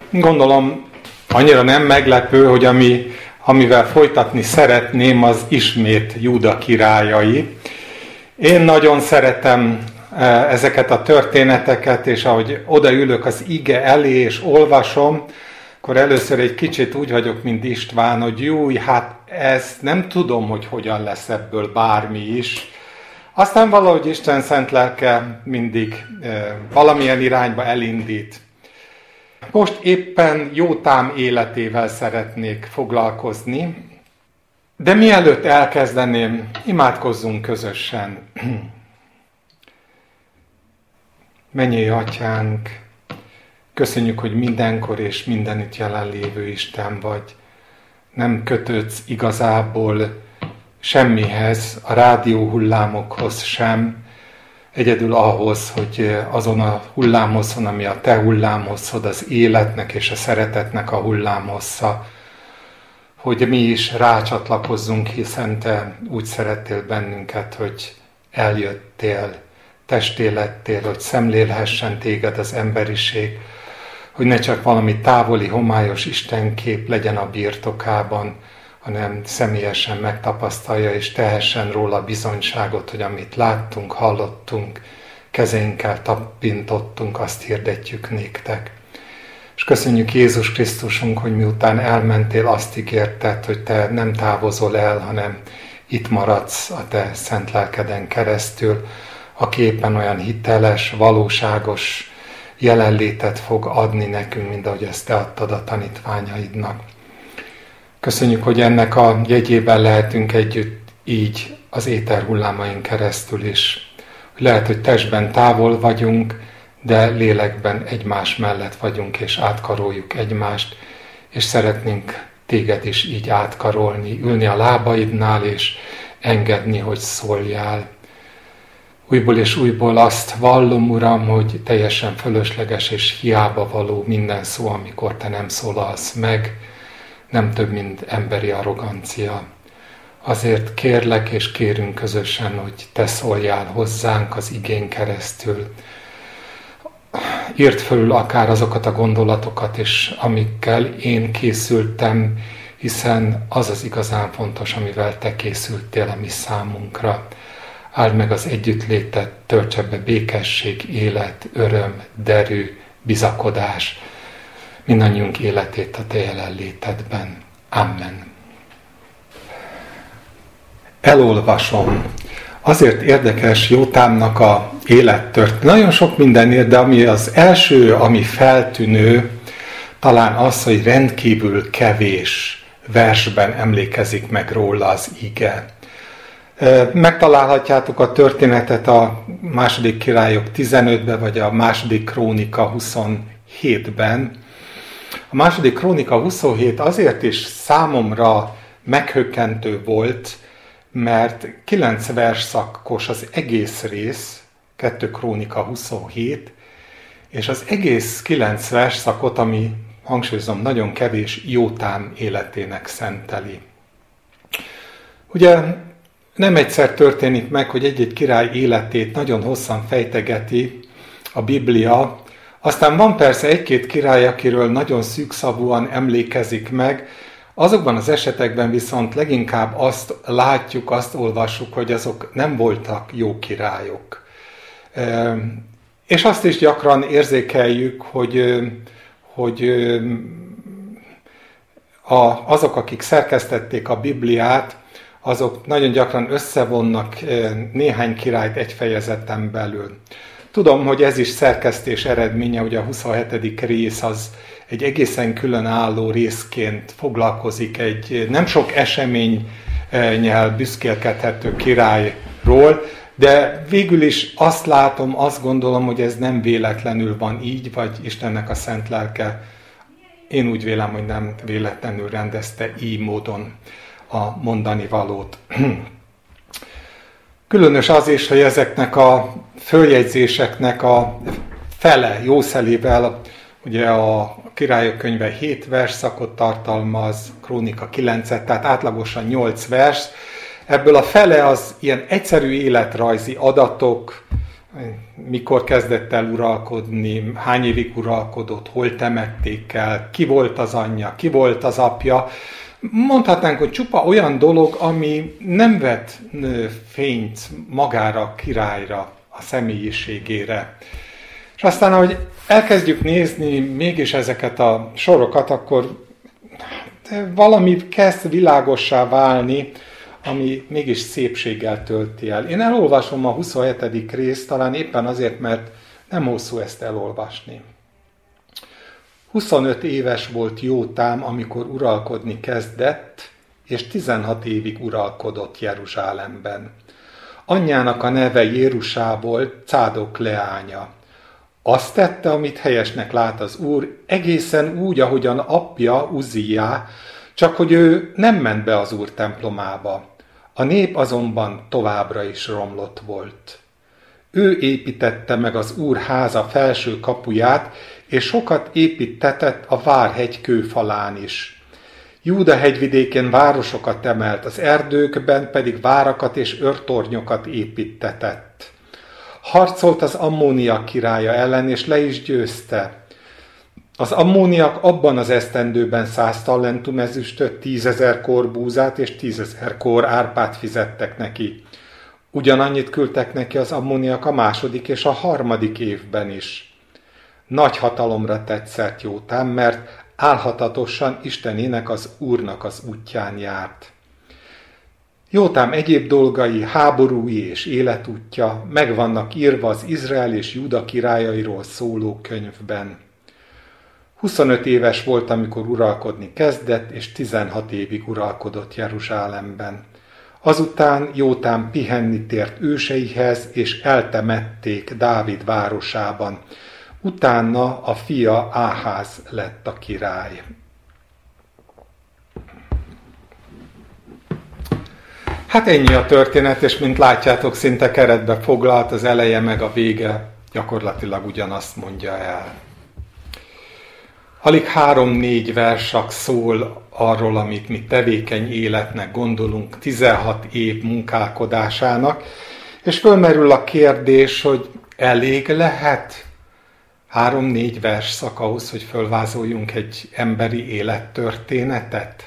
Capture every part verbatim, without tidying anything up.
Gondolom, annyira nem meglepő, hogy ami, amivel folytatni szeretném, az ismét Júda királyai. Én nagyon szeretem ezeket a történeteket, és ahogy odaülök az ige elé és olvasom, akkor először egy kicsit úgy vagyok, mint István, hogy júj, hát ez nem tudom, hogy hogyan lesz ebből bármi is. Aztán valahogy Isten szent lelke mindig e, valamilyen irányba elindít. Most éppen Jótám életével szeretnék foglalkozni, de mielőtt elkezdeném, imádkozzunk közösen. Mennyei Atyánk, köszönjük, hogy mindenkor és mindenütt jelenlévő Isten vagy. Nem kötődsz igazából semmihez, a rádióhullámokhoz sem, egyedül ahhoz, hogy azon a hullámhosszon, ami a te hullámhosszod, az életnek és a szeretetnek a hullámhossza, hogy mi is rácsatlakozzunk, hiszen te úgy szerettél bennünket, hogy eljöttél, testé lettél, hogy szemlélhessen téged az emberiség, hogy ne csak valami távoli, homályos istenkép legyen a birtokában, hanem személyesen megtapasztalja és tehessen róla bizonyságot, hogy amit láttunk, hallottunk, kezeinkkel tapintottunk, azt hirdetjük néktek. És köszönjük Jézus Krisztusunk, hogy miután elmentél, azt ígérted, hogy te nem távozol el, hanem itt maradsz a te szent lelkeden keresztül, aki éppen olyan hiteles, valóságos jelenlétet fog adni nekünk, mint ahogy ezt te adtad a tanítványaidnak. Köszönjük, hogy ennek a jegyében lehetünk együtt így az éterhullámain keresztül is. Lehet, hogy testben távol vagyunk, de lélekben egymás mellett vagyunk, és átkaroljuk egymást, és szeretnénk téged is így átkarolni, ülni a lábaidnál, és engedni, hogy szóljál. Újból és újból azt vallom, Uram, hogy teljesen fölösleges és hiába való minden szó, amikor te nem szólalsz meg, nem több, mint emberi arrogancia. Azért kérlek és kérünk közösen, hogy te szóljál hozzánk az igén keresztül. Írd fölül akár azokat a gondolatokat is, amikkel én készültem, hiszen az az igazán fontos, amivel te készültél a mi számunkra. Áld meg az együttlétet, töltse be békesség, élet, öröm, derű, bizakodás, mindannyiunk életét a te jelenlétedben. Amen. Elolvasom. Azért érdekes Jótámnak a élettört. Nagyon sok mindenért, de ami az első, ami feltűnő, talán az, hogy rendkívül kevés versben emlékezik meg róla az ige. Megtalálhatjátok a történetet a második Királyok tizenötben, vagy a második Krónika huszonhétben. A második Krónika huszonhét azért is számomra meghökkentő volt, mert kilenc versszakos az egész rész, kettő Krónika huszonhét, és az egész kilenc versszakot, ami, hangsúlyozom, nagyon kevés, Jótám életének szenteli. Ugye nem egyszer történik meg, hogy egy-egy király életét nagyon hosszan fejtegeti a Biblia, aztán van persze egy-két király, akiről nagyon szűkszavúan emlékezik meg, azokban az esetekben viszont leginkább azt látjuk, azt olvassuk, hogy azok nem voltak jó királyok. És azt is gyakran érzékeljük, hogy, hogy azok, akik szerkesztették a Bibliát, azok nagyon gyakran összevonnak néhány királyt egy fejezeten belül. Tudom, hogy ez is szerkesztés eredménye, hogy a huszonhetedik rész az egy egészen különálló részként foglalkozik egy nem sok eseménnyel büszkélkedhető királyról, de végül is azt látom, azt gondolom, hogy ez nem véletlenül van így, vagy Istennek a szent lelke, én úgy vélem, hogy nem véletlenül rendezte így módon a mondani valót. Különös az is, hogy ezeknek a följegyzéseknek a fele jószelével, ugye a Királyok könyve hét versszakot tartalmaz, Krónika kilencet, tehát átlagosan nyolc vers. Ebből a fele az ilyen egyszerű életrajzi adatok, mikor kezdett el uralkodni, hány évig uralkodott, hol temették el, ki volt az anyja, ki volt az apja. Mondhatnánk, hogy csupa olyan dolog, ami nem vet fényt magára a királyra, a személyiségére. És aztán, ahogy elkezdjük nézni mégis ezeket a sorokat, akkor valami kezd világossá válni, ami mégis szépséggel tölti el. Én elolvasom a huszonhetedik részt, talán éppen azért, mert nem hosszú ezt elolvasni. huszonöt éves volt Jótám, amikor uralkodni kezdett, és tizenhat évig uralkodott Jeruzsálemben. Anyjának a neve Jérusá volt, Cádok leánya. Azt tette, amit helyesnek lát az Úr, egészen úgy, ahogyan apja Uzziá, csak hogy ő nem ment be az Úr templomába. A nép azonban továbbra is romlott volt. Ő építette meg az Úr háza felső kapuját, és sokat építtetett a Várhegy kőfalán is. Júda hegyvidékén városokat emelt, az erdőkben pedig várakat és őrtornyokat építtetett. Harcolt az ammóniak királya ellen, és le is győzte. Az ammóniak abban az esztendőben száz talentum ezüstöt, tízezer kor búzát és tízezer kor árpát fizettek neki. Ugyanannyit küldtek neki az ammóniak a második és a harmadik évben is. Nagy hatalomra tett szert Jótám, mert álhatatosan Istenének, az Úrnak az útján járt. Jótám egyéb dolgai, háborúi és életútja meg vannak írva az Izrael és Júda királyairól szóló könyvben. huszonöt éves volt, amikor uralkodni kezdett, és tizenhat évig uralkodott Jeruzsálemben. Azután Jótám pihenni tért őseihez, és eltemették Dávid városában. Utána a fia Áház lett a király. Hát ennyi a történet, és mint látjátok, szinte keretbe foglalt, az eleje meg a vége gyakorlatilag ugyanazt mondja el. Alig három-négy versak szól arról, amit mi tevékeny életnek gondolunk, tizenhat év munkálkodásának, és fölmerül a kérdés, hogy elég lehet három-négy versszak ahhoz, hogy fölvázoljunk egy emberi élettörténetet?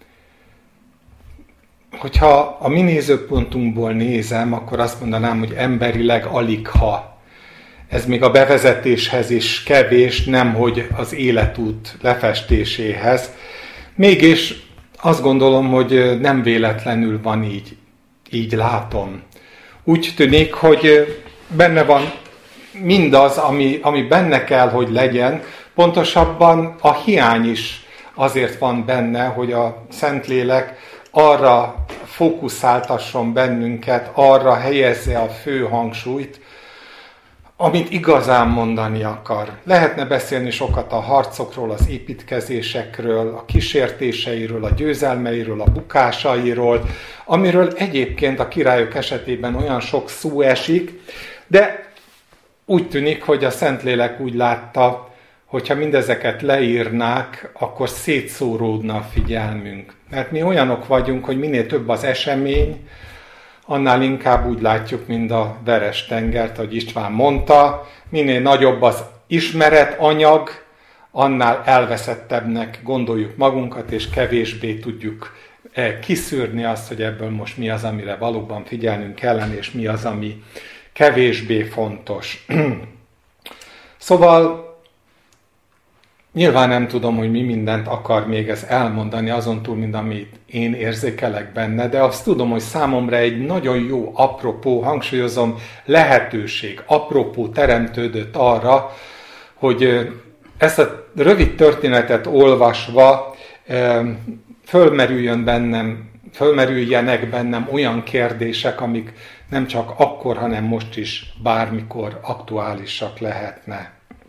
Hogyha a mi nézőpontunkból nézem, akkor azt mondanám, hogy emberileg aligha. Ez még a bevezetéshez is kevés, nemhogy az életút lefestéséhez. Mégis azt gondolom, hogy nem véletlenül van így, így látom. Úgy tűnik, hogy benne van mindaz, ami, ami benne kell, hogy legyen, pontosabban a hiány is azért van benne, hogy a Szentlélek arra fókuszáltasson bennünket, arra helyezze a fő hangsúlyt, amit igazán mondani akar. Lehetne beszélni sokat a harcokról, az építkezésekről, a kísértéseiről, a győzelmeiről, a bukásairól, amiről egyébként a királyok esetében olyan sok szó esik, de úgy tűnik, hogy a Szentlélek úgy látta, hogyha mindezeket leírnák, akkor szétszóródna a figyelmünk. Mert mi olyanok vagyunk, hogy minél több az esemény, annál inkább úgy látjuk, mint a veres tengert, ahogy István mondta, minél nagyobb az ismeret anyag, annál elveszettebbnek gondoljuk magunkat, és kevésbé tudjuk kiszűrni azt, hogy ebből most mi az, amire valóban figyelnünk kellene, és mi az, ami kevésbé fontos. Szóval nyilván nem tudom, hogy mi mindent akar még ez elmondani, azon túl, mint amit én érzékelek benne, de azt tudom, hogy számomra egy nagyon jó apropó, hangsúlyozom, lehetőség, apropó teremtődött arra, hogy ezt a rövid történetet olvasva fölmerüljön bennem, fölmerüljenek bennem olyan kérdések, amik nem csak akkor, hanem most is bármikor aktuálisak lehetne.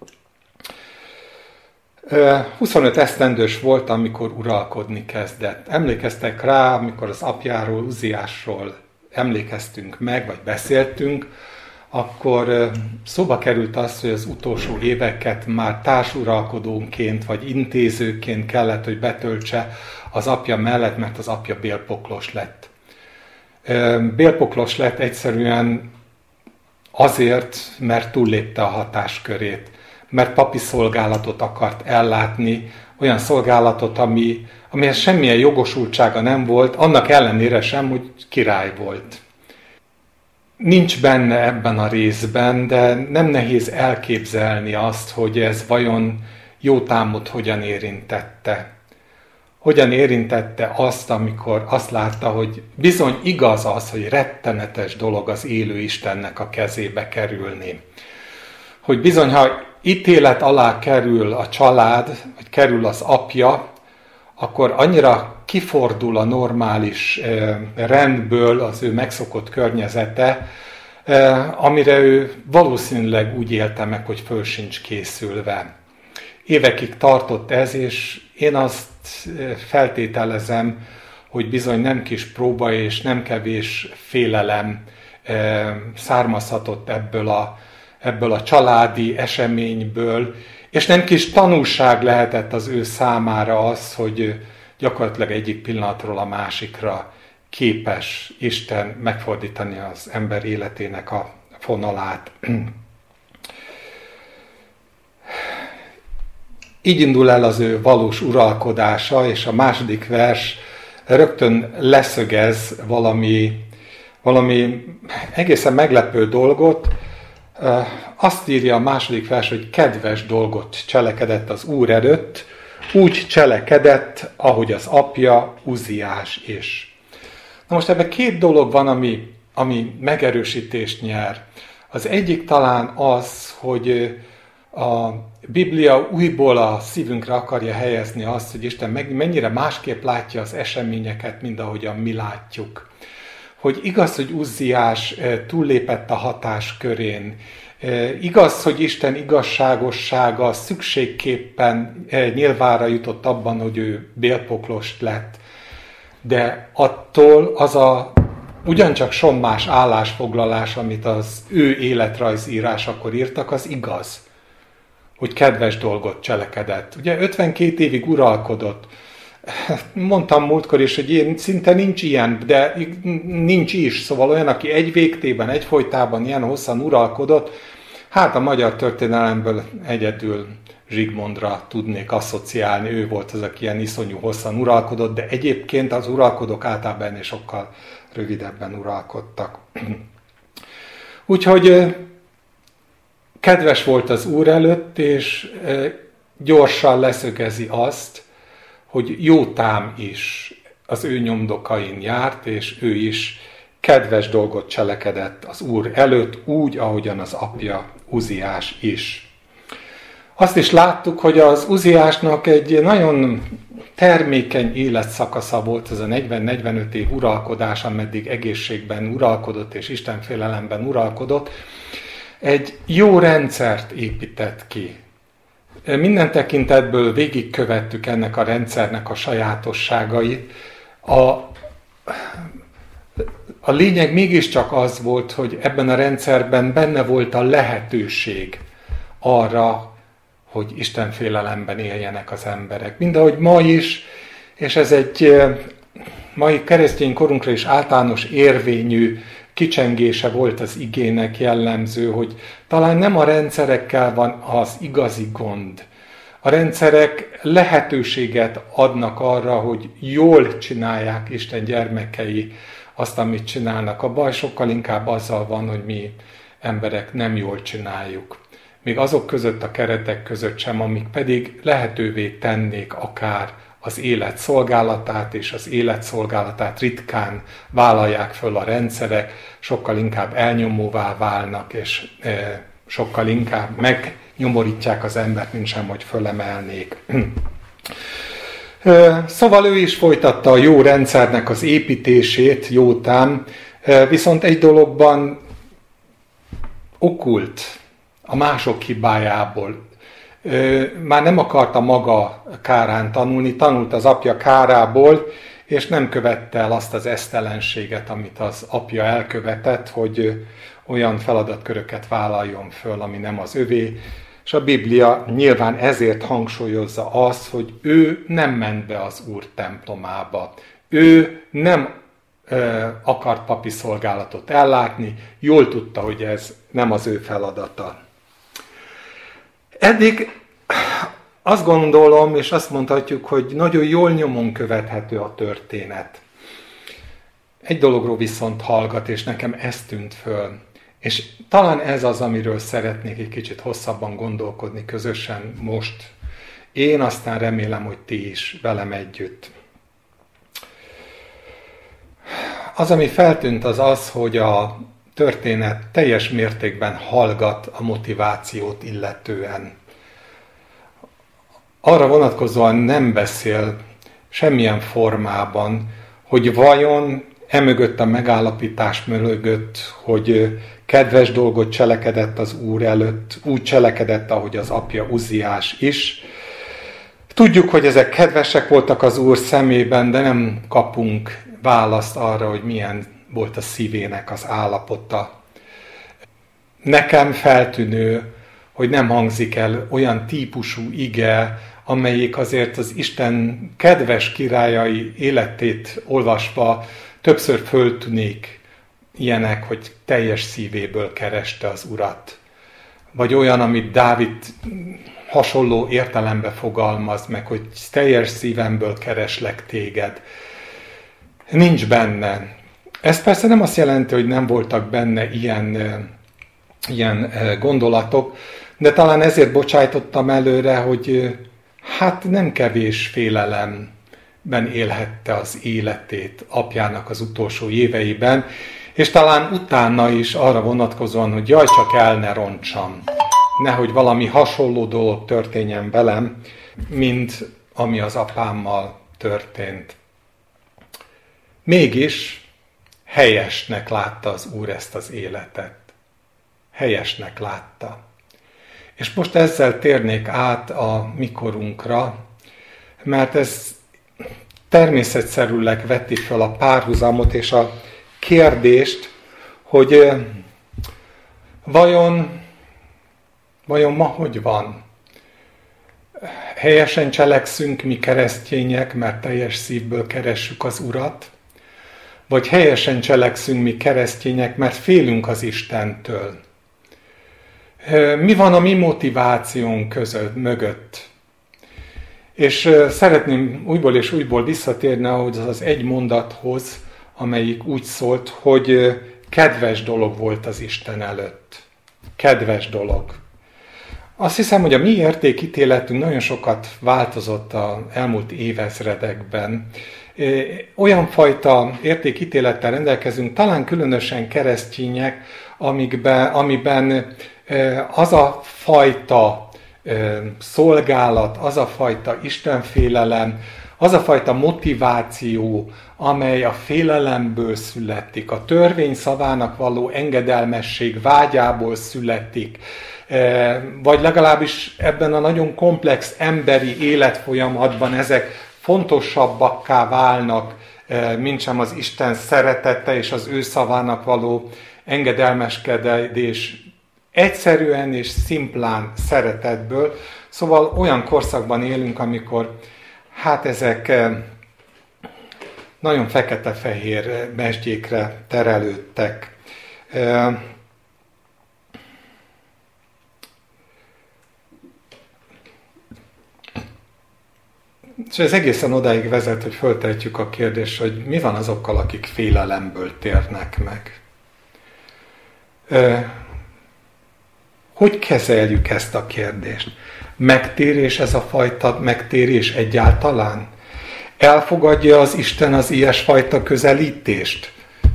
huszonöt esztendős volt, amikor uralkodni kezdett. Emlékeztek rá, amikor az apjáról, Uzziásról emlékeztünk meg, vagy beszéltünk, akkor szóba került az, hogy az utolsó éveket már társuralkodónként, vagy intézőként kellett, hogy betöltse az apja mellett, mert az apja bélpoklos lett. Bélpoklos lett egyszerűen Azért, mert túllépte a hatáskörét, mert papi szolgálatot akart ellátni, olyan szolgálatot, ami, amihez semmilyen jogosultsága nem volt, annak ellenére sem, hogy király volt. Nincs benne ebben a részben, de nem nehéz elképzelni azt, hogy ez vajon Jótámot hogyan érintette. Hogyan érintette azt, amikor azt látta, hogy bizony igaz az, hogy rettenetes dolog az élő Istennek a kezébe kerülni. Hogy bizony, ha ítélet alá kerül a család, vagy kerül az apja, akkor annyira kifordul a normális rendből az ő megszokott környezete, amire ő valószínűleg úgy élte meg, hogy föl sincs készülve. Évekig tartott ez, és én azt feltételezem, hogy bizony nem kis próba és nem kevés félelem származhatott ebből a, ebből a családi eseményből, és nem kis tanulság lehetett az ő számára az, hogy gyakorlatilag egyik pillanatról a másikra képes Isten megfordítani az ember életének a fonalát. Így indul el az ő valós uralkodása, és a második vers rögtön leszögez valami, valami egészen meglepő dolgot. Azt írja a második vers, hogy kedves dolgot cselekedett az Úr előtt, úgy cselekedett, ahogy az apja Uziás is. Na most ebben két dolog van, ami, ami megerősítést nyer. Az egyik talán az, hogy a Biblia újból a szívünkre akarja helyezni azt, hogy Isten mennyire másképp látja az eseményeket, mint ahogyan mi látjuk. Hogy igaz, hogy Uziás túllépett a hatáskörén. Igaz, hogy Isten igazságossága szükségképpen nyilvánra jutott abban, hogy ő bélpoklost lett. De attól az a ugyancsak sommás állásfoglalás, amit az ő életrajzírásakor írtak, az igaz, hogy kedves dolgot cselekedett. Ugye ötvenkét évig uralkodott. Mondtam múltkor is, hogy én szinte nincs ilyen, de nincs is. Szóval olyan, aki egy végtében, egyfolytában ilyen hosszan uralkodott, hát a magyar történelemből egyedül Zsigmondra tudnék asszociálni. Ő volt az, aki ilyen iszonyú hosszan uralkodott, de egyébként az uralkodók általában ennél sokkal rövidebben uralkodtak. Úgyhogy kedves volt az Úr előtt, és gyorsan leszögezi azt, hogy Jótám is az ő nyomdokain járt, és ő is kedves dolgot cselekedett az Úr előtt, úgy, ahogyan az apja Uziás is. Azt is láttuk, hogy az Uziásnak egy nagyon termékeny életszakasza volt, ez a negyven-negyvenöt év uralkodás, ameddig egészségben uralkodott és istenfélelemben uralkodott. Egy jó rendszert épített ki. Minden tekintetből végigkövettük ennek a rendszernek a sajátosságait. A, a lényeg mégiscsak az volt, hogy ebben a rendszerben benne volt a lehetőség arra, hogy istenfélelemben éljenek az emberek. Mindahogy ma is, és ez egy mai keresztény korunkra is általános érvényű kicsengése volt az igének jellemző, hogy talán nem a rendszerekkel van az igazi gond. A rendszerek lehetőséget adnak arra, hogy jól csinálják Isten gyermekei azt, amit csinálnak. A baj sokkal inkább azzal van, hogy mi emberek nem jól csináljuk. Még azok között a keretek között sem, amik pedig lehetővé tennék akár az élet szolgálatát, és az élet szolgálatát ritkán vállalják föl a rendszerek, sokkal inkább elnyomóvá válnak, és e, sokkal inkább megnyomorítják az embert, mint sem, hogy fölemelnék. e, szóval ő is folytatta a jó rendszernek az építését, Jótám, e, viszont egy dologban okult a mások hibájából. Már nem akarta maga kárán tanulni, tanult az apja kárából, és nem követte el azt az esztelenséget, amit az apja elkövetett, hogy olyan feladatköröket vállaljon föl, ami nem az övé. És a Biblia nyilván ezért hangsúlyozza azt, hogy ő nem ment be az Úr templomába. Ő nem ö, akart papi szolgálatot ellátni, jól tudta, hogy ez nem az ő feladata. Eddig azt gondolom, és azt mondhatjuk, hogy nagyon jól nyomon követhető a történet. Egy dologról viszont hallgat, és nekem ez tűnt föl. És talán ez az, amiről szeretnék egy kicsit hosszabban gondolkodni közösen most. Én aztán remélem, hogy ti is velem együtt. Az, ami feltűnt, az az, hogy a történet teljes mértékben hallgat a motivációt illetően. Arra vonatkozóan nem beszél semmilyen formában, hogy vajon emögött a megállapítás mögött, hogy kedves dolgot cselekedett az Úr előtt, úgy cselekedett, ahogy az apja Uzziás is. Tudjuk, hogy ezek kedvesek voltak az Úr szemében, de nem kapunk választ arra, hogy milyen volt a szívének az állapota. Nekem feltűnő, hogy nem hangzik el olyan típusú ige, amelyik azért az Isten kedves királyai életét olvasva többször föltűnik ilyenek, hogy teljes szívéből kereste az Urat. Vagy olyan, amit Dávid hasonló értelembe fogalmaz meg, hogy teljes szívemből kereslek téged. Nincs benne. Ez persze nem azt jelenti, hogy nem voltak benne ilyen, ilyen gondolatok, de talán ezért bocsájtottam előre, hogy hát nem kevés félelemben élhette az életét apjának az utolsó éveiben, és talán utána is arra vonatkozóan, hogy jaj, csak el ne rontsam, nehogy valami hasonló dolog történjen velem, mint ami az apámmal történt. Mégis helyesnek látta az Úr ezt az életet. Helyesnek látta. És most ezzel térnék át a mikorunkra, mert ez természetszerűleg veti fel a párhuzamot és a kérdést, hogy vajon, vajon ma hogy van? Helyesen cselekszünk mi keresztények, mert teljes szívből keressük az Urat, vagy helyesen cselekszünk mi keresztények, mert félünk az Istentől? Mi van a mi motivációnk között, mögött? És szeretném újból és újból visszatérni ahhoz az egy mondathoz, amelyik úgy szólt, hogy kedves dolog volt az Isten előtt. Kedves dolog. Azt hiszem, hogy a mi értékítéletünk nagyon sokat változott az elmúlt évezredekben. Olyan fajta értékítélettel rendelkezünk, talán különösen keresztények, amikben, amiben az a fajta szolgálat, az a fajta istenfélelem, az a fajta motiváció, amely a félelemből születik, a törvény szavának való engedelmesség vágyából születik, vagy legalábbis ebben a nagyon komplex emberi életfolyamatban ezek fontosabbakká válnak, mintsem az Isten szeretete és az ő szavának való engedelmeskedés egyszerűen és szimplán szeretetből. Szóval olyan korszakban élünk, amikor hát ezek nagyon fekete-fehér mesdjékre terelődtek. És ez egészen odáig vezet, hogy föltehetjük a kérdést, hogy mi van azokkal, akik félelemből térnek meg. Hogy kezeljük ezt a kérdést? Megtérés ez a fajta megtérés egyáltalán? Elfogadja az Isten az ilyesfajta közelítést?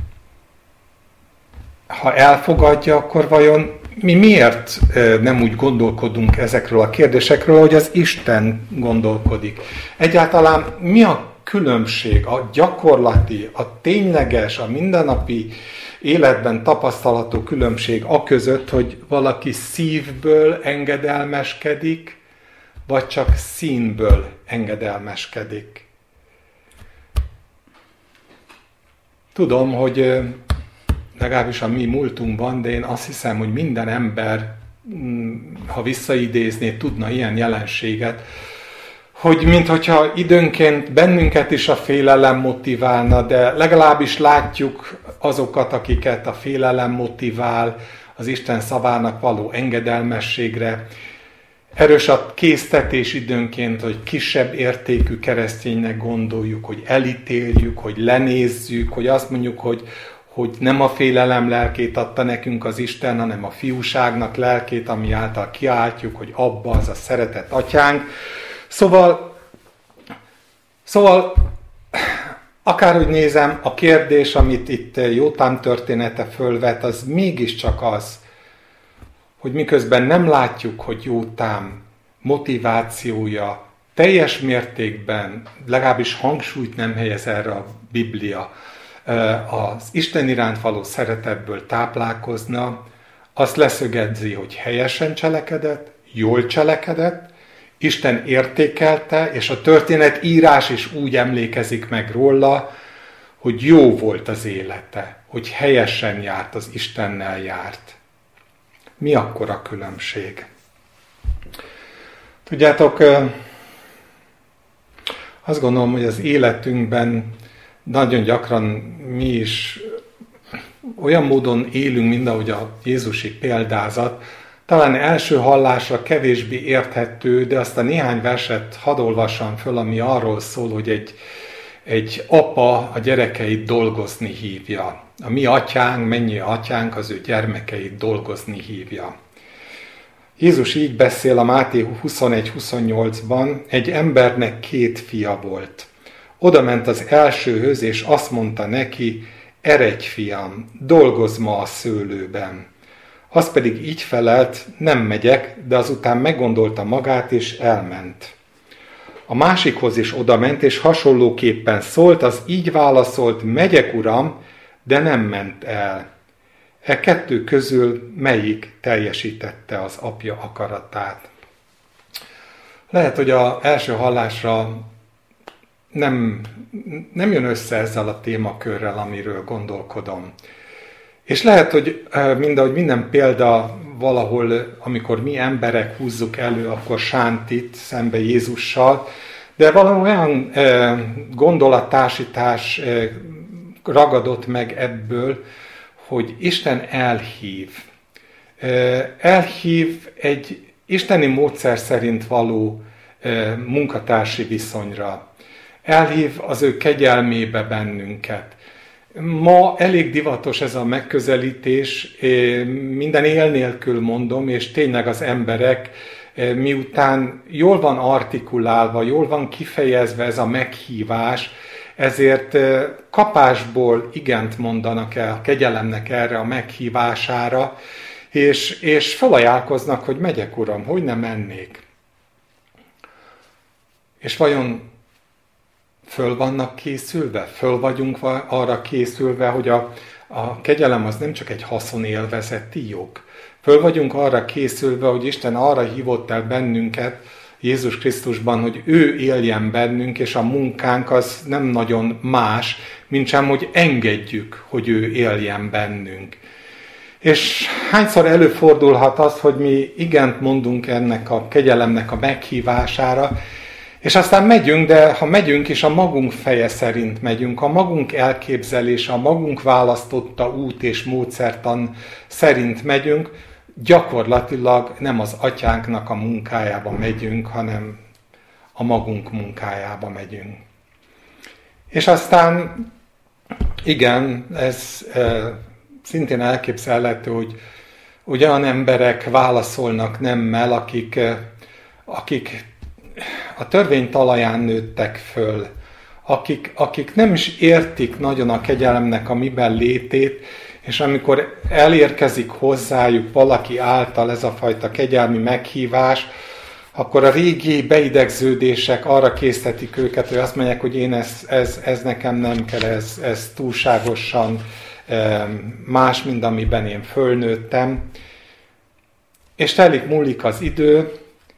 Ha elfogadja, akkor vajon mi miért nem úgy gondolkodunk ezekről a kérdésekről, hogy az Isten gondolkodik? Egyáltalán mi a különbség, a gyakorlati, a tényleges, a mindennapi életben tapasztalható különbség a között, hogy valaki szívből engedelmeskedik, vagy csak színből engedelmeskedik? Tudom, hogy legalábbis a mi múltunkban, de én azt hiszem, hogy minden ember, ha visszaidézné, tudna ilyen jelenséget, hogy minthogyha időnként bennünket is a félelem motiválna, de legalábbis látjuk azokat, akiket a félelem motivál, az Isten szavának való engedelmességre. Erős a késztetés időnként, hogy kisebb értékű kereszténynek gondoljuk, hogy elítéljük, hogy lenézzük, hogy azt mondjuk, hogy, hogy nem a félelem lelkét adta nekünk az Isten, hanem a fiúságnak lelkét, ami által kiáltjuk, hogy abba az a szeretett atyánk. Szóval, szóval akárhogy nézem, a kérdés, amit itt Jótám története fölvet, az mégiscsak az, hogy miközben nem látjuk, hogy Jótám motivációja teljes mértékben, legalábbis hangsúlyt nem helyez erre a Biblia, az Isten iránt való szeretetből táplálkozna, azt leszögezi, hogy helyesen cselekedett, jól cselekedett, Isten értékelte, és a történet írás is úgy emlékezik meg róla, hogy jó volt az élete, hogy helyesen járt, az Istennel járt. Mi akkor a különbség? Tudjátok, azt gondolom, hogy az életünkben nagyon gyakran mi is olyan módon élünk, mint ahogy a jézusi példázat, talán első hallásra kevésbé érthető, de azt a néhány verset hadd olvassam föl, ami arról szól, hogy egy, egy apa a gyerekeit dolgozni hívja. A mi atyánk, mennyi atyánk az ő gyermekeit dolgozni hívja. Jézus így beszél a Máté huszonegy huszonnyolcban, egy embernek két fia volt. Oda ment az elsőhöz, és azt mondta neki, eredj fiam, dolgozz ma a szőlőben. Az pedig így felelt, nem megyek, de azután meggondolta magát, és elment. A másikhoz is odament, és hasonlóképpen szólt, az így válaszolt, megyek uram, de nem ment el. E kettő közül melyik teljesítette az apja akaratát? Lehet, hogy az első hallásra nem, nem jön össze ezzel a témakörrel, amiről gondolkodom. És lehet, hogy mindahogy minden példa valahol, amikor mi emberek húzzuk elő, akkor sántit szembe Jézussal, de valami olyan gondolattársítás ragadott meg ebből, hogy Isten elhív. Elhív egy isteni módszer szerint való munkatársi viszonyra. Elhív az ő kegyelmébe bennünket. Ma elég divatos ez a megközelítés, minden él nélkül mondom, és tényleg az emberek miután jól van artikulálva, jól van kifejezve ez a meghívás, ezért kapásból igent mondanak el a kegyelemnek erre a meghívására, és, és felajánlkoznak, hogy megyek uram, hogy nem mennék. És vajon föl vannak készülve? Föl vagyunk arra készülve, hogy a, a kegyelem az nem csak egy haszonélvezeti jog. Föl vagyunk arra készülve, hogy Isten arra hívott el bennünket Jézus Krisztusban, hogy ő éljen bennünk, és a munkánk az nem nagyon más, mint sem, hogy engedjük, hogy ő éljen bennünk. És hányszor előfordulhat az, hogy mi igent mondunk ennek a kegyelemnek a meghívására, és aztán megyünk, de ha megyünk is, a magunk feje szerint megyünk, a magunk elképzelése, a magunk választotta út és módszertan szerint megyünk, gyakorlatilag nem az atyánknak a munkájába megyünk, hanem a magunk munkájába megyünk. És aztán, igen, ez e, szintén elképzelhető, hogy olyan emberek válaszolnak nemmel, akik, akik a törvény talaján nőttek föl, akik, akik nem is értik nagyon a kegyelemnek a miben létét, és amikor elérkezik hozzájuk valaki által ez a fajta kegyelmi meghívás, akkor a régi beidegződések arra késztetik őket, hogy azt mondják, hogy én ez, ez, ez nekem nem kell, ez, ez túlságosan más, mint amiben én fölnőttem. És telik múlik az idő,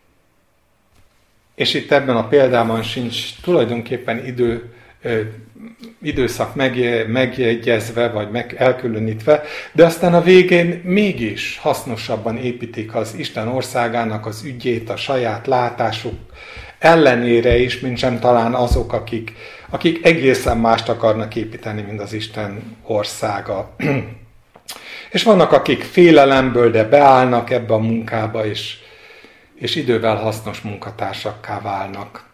és itt ebben a példában sincs tulajdonképpen idő, ö, időszak meg, megjegyezve, vagy meg elkülönítve, de aztán a végén mégis hasznosabban építik az Isten országának az ügyét, a saját látásuk ellenére is, mint sem talán azok, akik, akik egészen mást akarnak építeni, mint az Isten országa. És vannak, akik félelemből, de beállnak ebbe a munkába, és, és idővel hasznos munkatársakká válnak.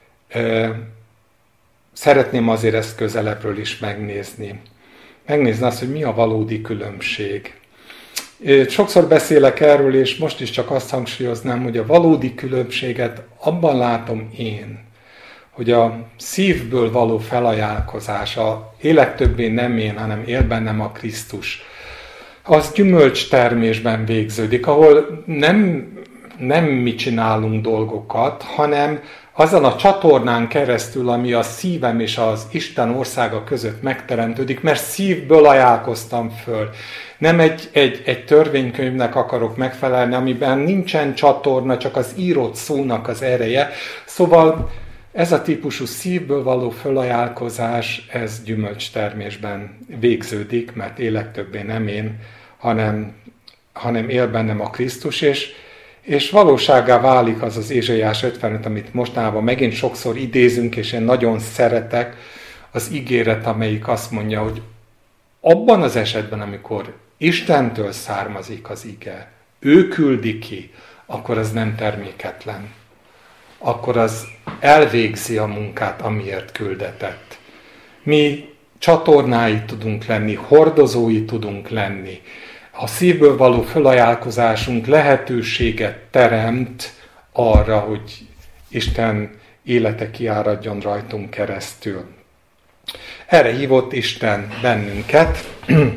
Szeretném azért ezt közelebbről is megnézni. Megnézni azt, hogy mi a valódi különbség. Sokszor beszélek erről, és most is csak azt hangsúlyoznám, hogy a valódi különbséget abban látom én, hogy a szívből való felajánlkozás, a élek többé nem én, hanem él bennem a Krisztus, az gyümölcstermésben végződik, ahol nem, nem mi csinálunk dolgokat, hanem azon a csatornán keresztül, ami a szívem és az Isten országa között megteremtődik, mert szívből ajánlkoztam föl. Nem egy, egy, egy törvénykönyvnek akarok megfelelni, amiben nincsen csatorna, csak az írott szónak az ereje. Szóval ez a típusú szívből való fölajánlkozás, ez gyümölcstermésben végződik, mert élek többé nem én, hanem, hanem él bennem a Krisztus, és, és valóságá válik az az Ézsaiás ötvenöt, amit mostanában megint sokszor idézünk, és én nagyon szeretek, az ígéret, amelyik azt mondja, hogy abban az esetben, amikor Istentől származik az ige, ő küldi ki, akkor az nem terméketlen. Akkor az elvégzi a munkát, amiért küldetett. Mi csatornái tudunk lenni, hordozói tudunk lenni. A szívből való fölajánlkozásunk lehetőséget teremt arra, hogy Isten élete kiáradjon rajtunk keresztül. Erre hívott Isten bennünket,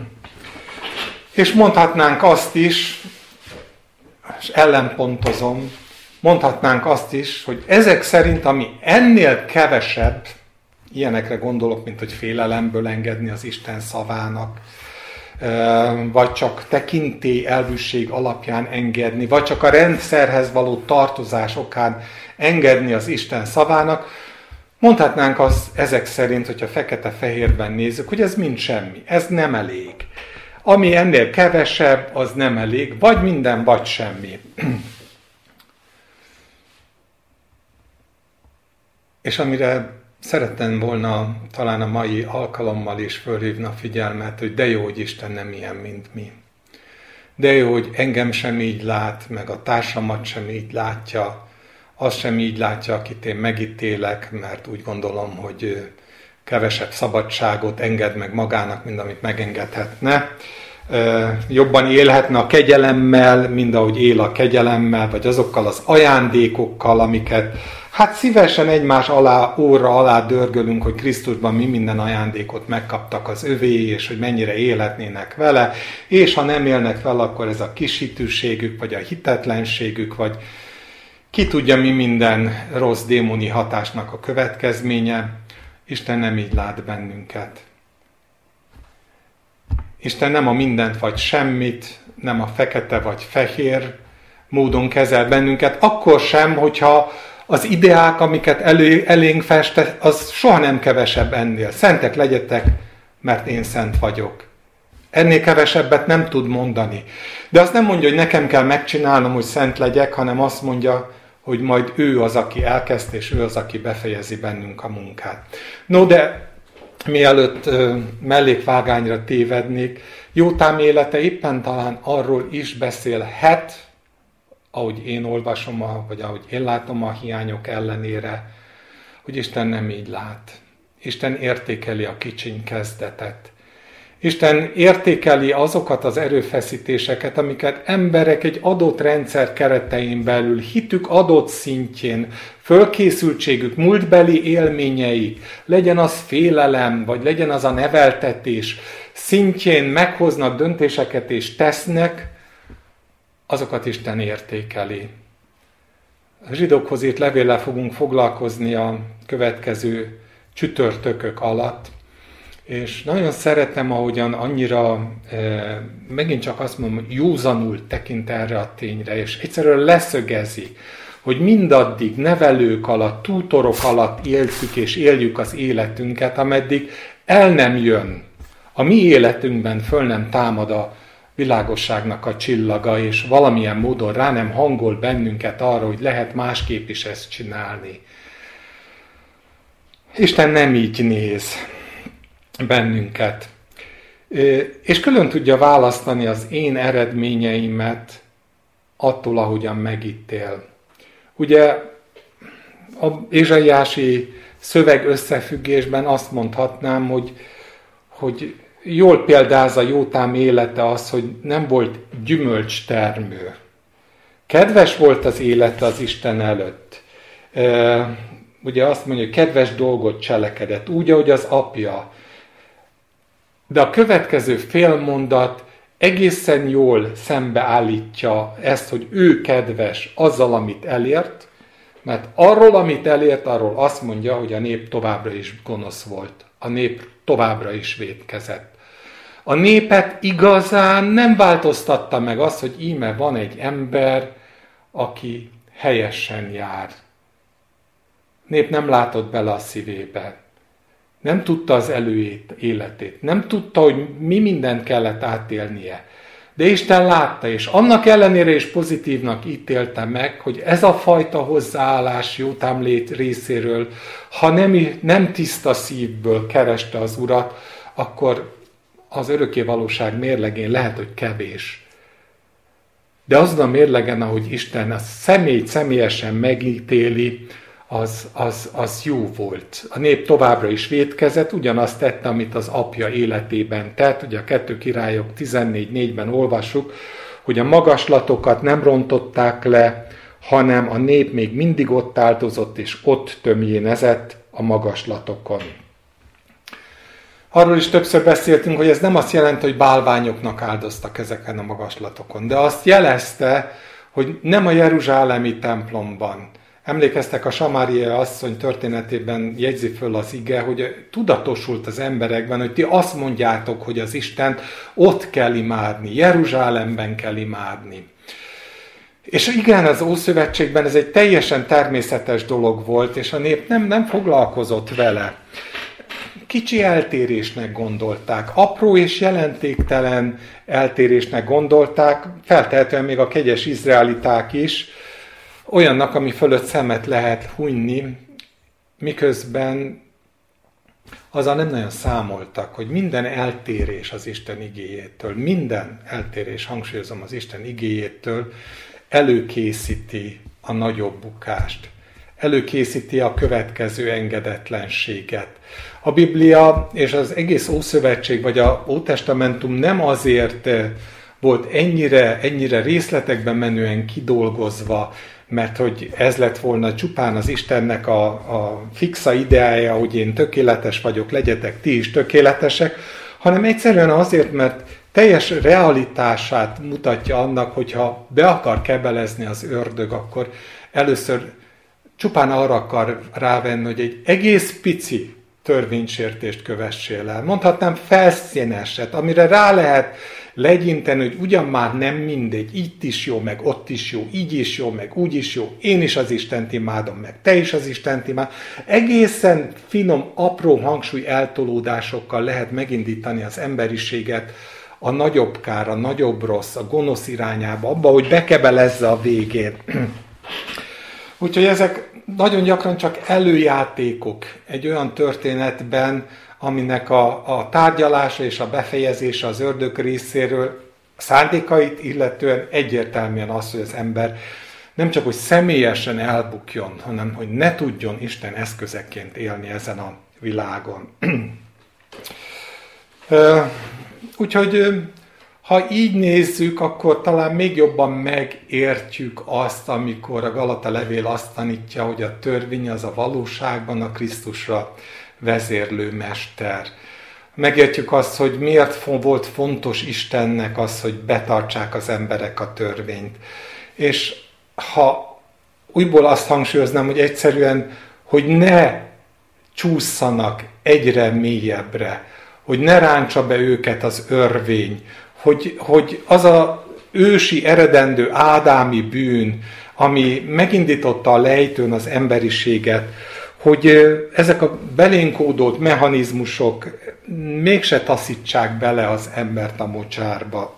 és mondhatnánk azt is, és ellenpontozom, mondhatnánk azt is, hogy ezek szerint, ami ennél kevesebb, ilyenekre gondolok, mint hogy félelemből engedni az Isten szavának, vagy csak tekintély elvűség alapján engedni, vagy csak a rendszerhez való tartozás okán engedni az Isten szavának, mondhatnánk az ezek szerint, hogyha fekete-fehérben nézzük, hogy ez mind semmi, ez nem elég. Ami ennél kevesebb, az nem elég, vagy minden, vagy semmi. És amire szerettem volna talán a mai alkalommal is fölhívni a figyelmet, hogy de jó, hogy Isten nem ilyen, mint mi. De jó, hogy engem sem így lát, meg a társamat sem így látja, azt sem így látja, akit én megítélek, mert úgy gondolom, hogy kevesebb szabadságot enged meg magának, mint amit megengedhetne. Jobban élhetne a kegyelemmel, mint ahogy él a kegyelemmel, vagy azokkal az ajándékokkal, amiket hát szívesen egymás alá, óra alá dörgölünk, hogy Krisztusban mi minden ajándékot megkaptak az övé, és hogy mennyire élhetnének vele, és ha nem élnek vele, akkor ez a kishitűségük, vagy a hitetlenségük, vagy ki tudja mi minden rossz démoni hatásnak a következménye. Isten nem így lát bennünket. Isten nem a mindent vagy semmit, nem a fekete vagy fehér módon kezel bennünket, akkor sem, hogyha az ideák, amiket elő, elénk fest, az soha nem kevesebb ennél. Szentek legyetek, mert én szent vagyok. Ennél kevesebbet nem tud mondani. De azt nem mondja, hogy nekem kell megcsinálnom, hogy szent legyek, hanem azt mondja, hogy majd ő az, aki elkezdte, és ő az, aki befejezi bennünk a munkát. No, de mielőtt ö, mellékvágányra tévednék, Jótám élete éppen talán arról is beszélhet, ahogy én olvasom, a, vagy ahogy én látom a hiányok ellenére, hogy Isten nem így lát. Isten értékeli a kicsiny kezdetet. Isten értékeli azokat az erőfeszítéseket, amiket emberek egy adott rendszer keretein belül, hitük adott szintjén, fölkészültségük, múltbeli élményeik, legyen az félelem, vagy legyen az a neveltetés, szintjén meghoznak döntéseket és tesznek, azokat Isten értékeli. A zsidókhoz írt levéllel fogunk foglalkozni a következő csütörtökök alatt, és nagyon szeretem, ahogyan annyira, e, megint csak azt mondom, hogy józanul tekint erre a tényre, és egyszerűen leszögezi, hogy mindaddig nevelők alatt, tútorok alatt éltük és éljük az életünket, ameddig el nem jön. A mi életünkben föl nem támad a világosságnak a csillaga, és valamilyen módon rá nem hangol bennünket arra, hogy lehet másképp is ezt csinálni. Isten nem így néz bennünket. És külön tudja választani az én eredményeimet attól, ahogyan megítél. Ugye a ézsaiási szöveg összefüggésben azt mondhatnám, hogy, hogy jól példázza Jótám élete az, hogy nem volt gyümölcstermő. Kedves volt az élete az Isten előtt. Ugye azt mondja, hogy kedves dolgot cselekedett, úgy, ahogy az apja. De a következő félmondat egészen jól szembeállítja ezt, hogy ő kedves azzal, amit elért, mert arról, amit elért, arról azt mondja, hogy a nép továbbra is gonosz volt. A nép továbbra is vétkezett. A népet igazán nem változtatta meg az, hogy íme van egy ember, aki helyesen jár. A nép nem látott bele a szívébe. Nem tudta az előét, életét. Nem tudta, hogy mi mindent kellett átélnie. De Isten látta, és annak ellenére is pozitívnak ítélte meg, hogy ez a fajta hozzáállás Jótám részéről, ha nem, nem tiszta szívből kereste az Urat, akkor az örökké valóság mérlegén lehet, hogy kevés. De azon a mérlegen, ahogy Isten a személyt személyesen megítéli, az, az, az jó volt. A nép továbbra is vétkezett, ugyanazt tette, amit az apja életében tett. Ugye a kettő Királyok tizennégy négyben olvassuk, hogy a magaslatokat nem rontották le, hanem a nép még mindig ott áldozott, és ott tömjénezett a magaslatokon. Arról is többször beszéltünk, hogy ez nem azt jelenti, hogy bálványoknak áldoztak ezeken a magaslatokon, de azt jelezte, hogy nem a jeruzsálemi templomban. Emlékeztek, a Samária asszony történetében jegyzi föl az ige, hogy tudatosult az emberekben, hogy ti azt mondjátok, hogy az Istent ott kell imádni, Jeruzsálemben kell imádni. És igen, az Ószövetségben ez egy teljesen természetes dolog volt, és a nép nem, nem foglalkozott vele. Kicsi eltérésnek gondolták, apró és jelentéktelen eltérésnek gondolták, feltehetően még a kegyes izraeliták is, olyannak, ami fölött szemet lehet hunyni, miközben azzal nem nagyon számoltak, hogy minden eltérés az Isten igéjétől, minden eltérés, hangsúlyozom, az Isten igéjétől előkészíti a nagyobb bukást, előkészíti a következő engedetlenséget. A Biblia és az egész Ószövetség, vagy a Ótestamentum nem azért volt ennyire, ennyire részletekben menően kidolgozva, mert hogy ez lett volna csupán az Istennek a, a fixa ideája, hogy én tökéletes vagyok, legyetek ti is tökéletesek, hanem egyszerűen azért, mert teljes realitását mutatja annak, hogyha be akar kebelezni az ördög, akkor először csupán arra akar rávenni, hogy egy egész pici törvénysértést kövessél el. Mondhatnám felszíneset, amire rá lehet legyinteni, hogy ugyan már nem mindegy, itt is jó, meg ott is jó, így is jó, meg úgy is jó, én is az Istent imádom, meg te is az Istent imád. Egészen finom, apró hangsúly eltolódásokkal lehet megindítani az emberiséget a nagyobb kár, a nagyobb rossz, a gonosz irányába, abba, hogy bekebelezze a végén. Úgyhogy ezek nagyon gyakran csak előjátékok egy olyan történetben, aminek a, a tárgyalása és a befejezése az ördög részéről szándékait illetően egyértelműen az, hogy az ember nem csak, hogy személyesen elbukjon, hanem, hogy ne tudjon Isten eszközeként élni ezen a világon. Úgyhogy ha így nézzük, akkor talán még jobban megértjük azt, amikor a Galata levél azt tanítja, hogy a törvény az a valóságban a Krisztusra vezérlő mester. Megértjük azt, hogy miért volt fontos Istennek az, hogy betartsák az emberek a törvényt. És ha újból azt hangsúlyoznám, hogy egyszerűen, hogy ne csússzanak egyre mélyebbre, hogy ne ráncsa be őket az örvény, hogy, hogy az a ősi, eredendő ádámi bűn, ami megindította a lejtőn az emberiséget, hogy ezek a belénkódolt mechanizmusok mégse taszítsák bele az embert a mocsárba.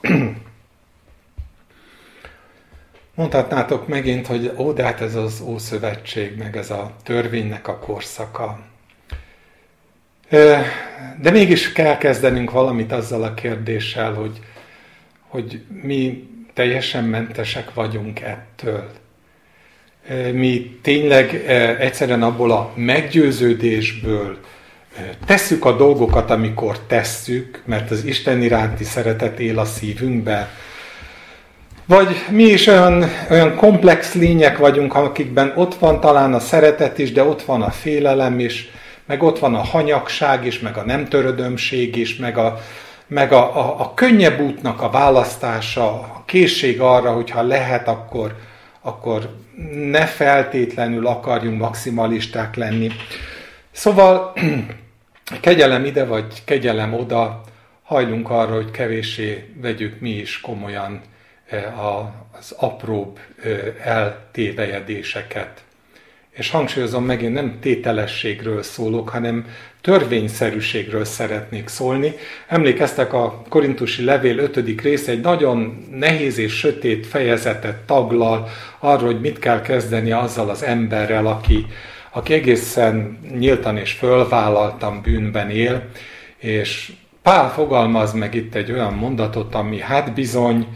Mondhatnátok megint, hogy ó, de hát ez az Ószövetség, meg ez a törvénynek a korszaka. De mégis kell kezdenünk valamit azzal a kérdéssel, hogy, hogy mi teljesen mentesek vagyunk ettől. Mi tényleg egyszerűen abból a meggyőződésből tesszük a dolgokat, amikor tesszük, mert az Isten iránti szeretet él a szívünkben. Vagy mi is olyan, olyan komplex lények vagyunk, akikben ott van talán a szeretet is, de ott van a félelem is, meg ott van a hanyagság is, meg a nem törödömség is, meg a, meg a, a, a könnyebb útnak a választása, a készség arra, hogyha lehet, akkor, akkor ne feltétlenül akarjunk maximalisták lenni. Szóval kegyelem ide, vagy kegyelem oda, hajlunk arra, hogy kevéssé vegyük mi is komolyan az apróbb eltévejedéseket. És hangsúlyozom, megint nem tételességről szólok, hanem törvényszerűségről szeretnék szólni. Emlékeztek, a korintusi levél ötödik része egy nagyon nehéz és sötét fejezetet taglal arról, hogy mit kell kezdeni azzal az emberrel, aki, aki egészen nyíltan és fölvállaltan bűnben él, és Pál fogalmaz meg itt egy olyan mondatot, ami hát bizony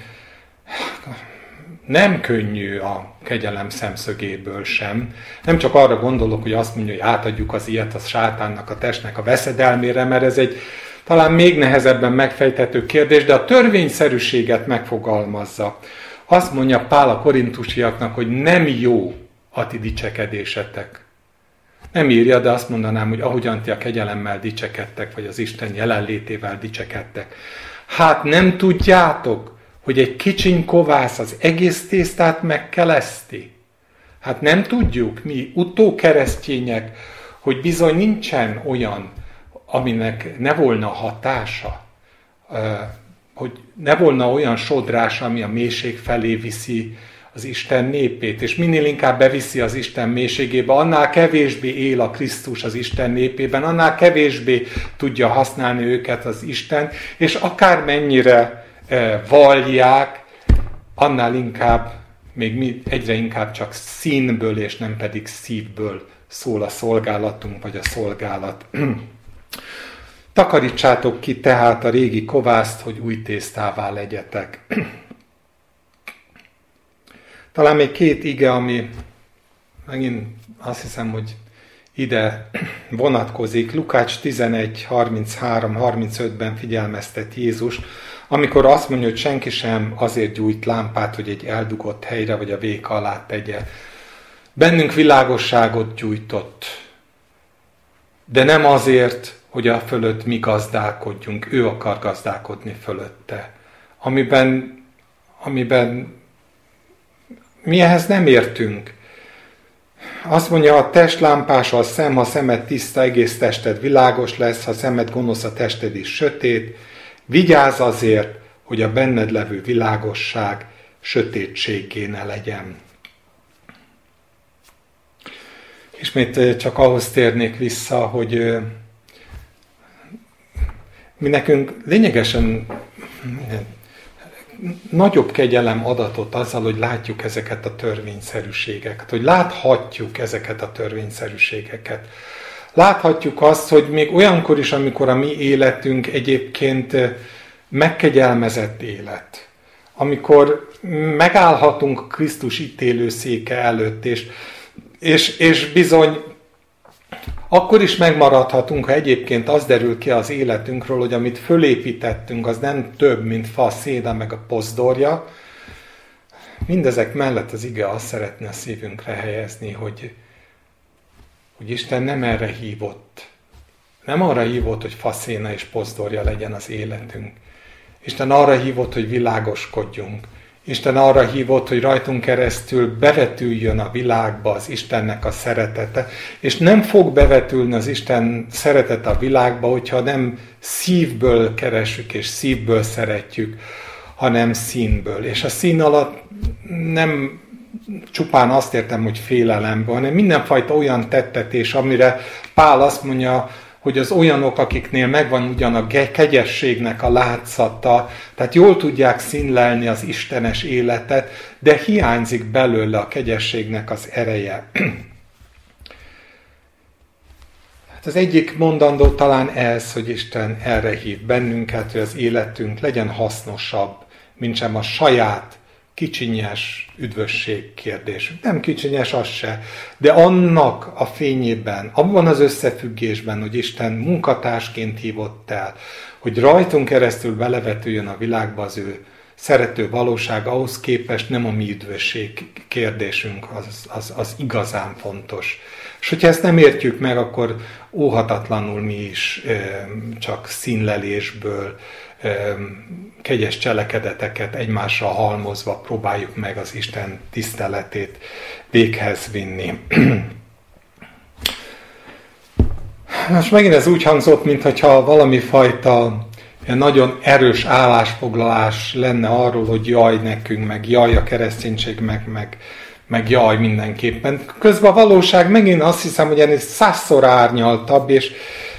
nem könnyű a kegyelem szemszögéből sem. Nem csak arra gondolok, hogy azt mondja, hogy átadjuk az ilyet a sátánnak, a testnek a veszedelmére, mert ez egy talán még nehezebben megfejthető kérdés, de a törvényszerűséget megfogalmazza. Azt mondja Pál a korintusiaknak, hogy nem jó a ti dicsekedésetek. Nem írja, de azt mondanám, hogy ahogyan ti a kegyelemmel dicsekedtek, vagy az Isten jelenlétével dicsekedtek. Hát nem tudjátok, hogy egy kicsiny kovász az egész tésztát megkeleszti? Hát nem tudjuk mi, utókeresztények, hogy bizony nincsen olyan, aminek ne volna hatása, hogy ne volna olyan sodrás, ami a mélység felé viszi az Isten népét, és minél inkább beviszi az Isten mélységébe, annál kevésbé él a Krisztus az Isten népében, annál kevésbé tudja használni őket az Isten, és akármennyire vallják, annál inkább, még mi egyre inkább csak színből és nem pedig szívből szól a szolgálatunk, vagy a szolgálat. Takarítsátok ki tehát a régi kovászt, hogy új tésztává legyetek. Talán még két ige, ami megint azt hiszem, hogy ide vonatkozik. Lukács tizenegy harminchárom harmincötben figyelmeztet Jézus, amikor azt mondja, hogy senki sem azért gyújt lámpát, hogy egy eldugott helyre vagy a véka alá tegye. Bennünk világosságot gyújtott, de nem azért, hogy a fölött mi gazdálkodjunk, ő akar gazdálkodni fölötte. Amiben, amiben mi ehhez nem értünk. Azt mondja, a test lámpása a szem, ha szemed tiszta, egész tested világos lesz, ha szemed gonosz, a tested is sötét. Vigyázz azért, hogy a benned levő világosság sötétséggé ne legyen. Ismét csak ahhoz térnék vissza, hogy mi nekünk lényegesen nagyobb kegyelem adatot azzal, hogy látjuk ezeket a törvényszerűségeket, hogy láthatjuk ezeket a törvényszerűségeket. Láthatjuk azt, hogy még olyankor is, amikor a mi életünk egyébként megkegyelmezett élet, amikor megállhatunk Krisztus ítélőszéke előtt, és, és, és bizony akkor is megmaradhatunk, ha egyébként az derül ki az életünkről, hogy amit fölépítettünk, az nem több, mint fa, a széna, meg a pozdorja. Mindezek mellett az ige azt szeretne a szívünkre helyezni, hogy, hogy Isten nem erre hívott. Nem arra hívott, hogy fa, széna és pozdorja legyen az életünk. Isten arra hívott, hogy világoskodjunk. Isten arra hívott, hogy rajtunk keresztül bevetüljön a világba az Istennek a szeretete, és nem fog bevetülni az Isten szeretete a világba, hogyha nem szívből keresünk és szívből szeretjük, hanem színből. És a szín alatt nem csupán azt értem, hogy félelemből, hanem mindenfajta olyan tettetés, amire Pál azt mondja, hogy az olyanok, akiknél megvan ugyan a kegyességnek a látszata, tehát jól tudják színlelni az istenes életet, de hiányzik belőle a kegyességnek az ereje. Hát az egyik mondandó talán ez, hogy Isten erre hív bennünket, hogy az életünk legyen hasznosabb, mint sem a saját kicsinyes üdvösség kérdésünk. Nem kicsinyes az se, de annak a fényében, abban az összefüggésben, hogy Isten munkatársként hívott el, hogy rajtunk keresztül belevetüljön a világba az ő szerető valóság, ahhoz képest nem a mi üdvösség kérdésünk, az, az, az igazán fontos. És hogyha ezt nem értjük meg, akkor óhatatlanul mi is csak színlelésből, kegyes cselekedeteket egymásra halmozva próbáljuk meg az Isten tiszteletét véghez vinni. Most megint ez úgy hangzott, mintha valami fajta nagyon erős állásfoglalás lenne arról, hogy jaj nekünk, meg jaj a kereszténység, meg, meg, meg jaj mindenképpen. Közben a valóság megint azt hiszem, hogy ennél százszor árnyaltabb, és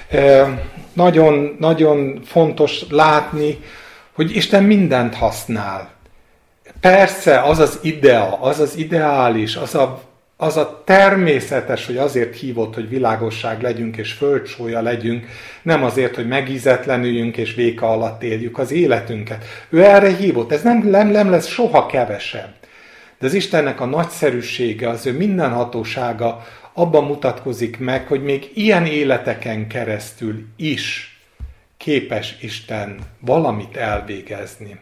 nagyon, nagyon fontos látni, hogy Isten mindent használ. Persze az az idea, az az ideális, az a, az a természetes, hogy azért hívott, hogy világosság legyünk és földsólyja legyünk, nem azért, hogy megízetlenüljünk és véka alatt éljük az életünket. Ő erre hívott, ez nem, nem, nem lesz soha kevesebb. De az Istennek a nagyszerűsége, az ő mindenhatósága abban mutatkozik meg, hogy még ilyen életeken keresztül is képes Isten valamit elvégezni.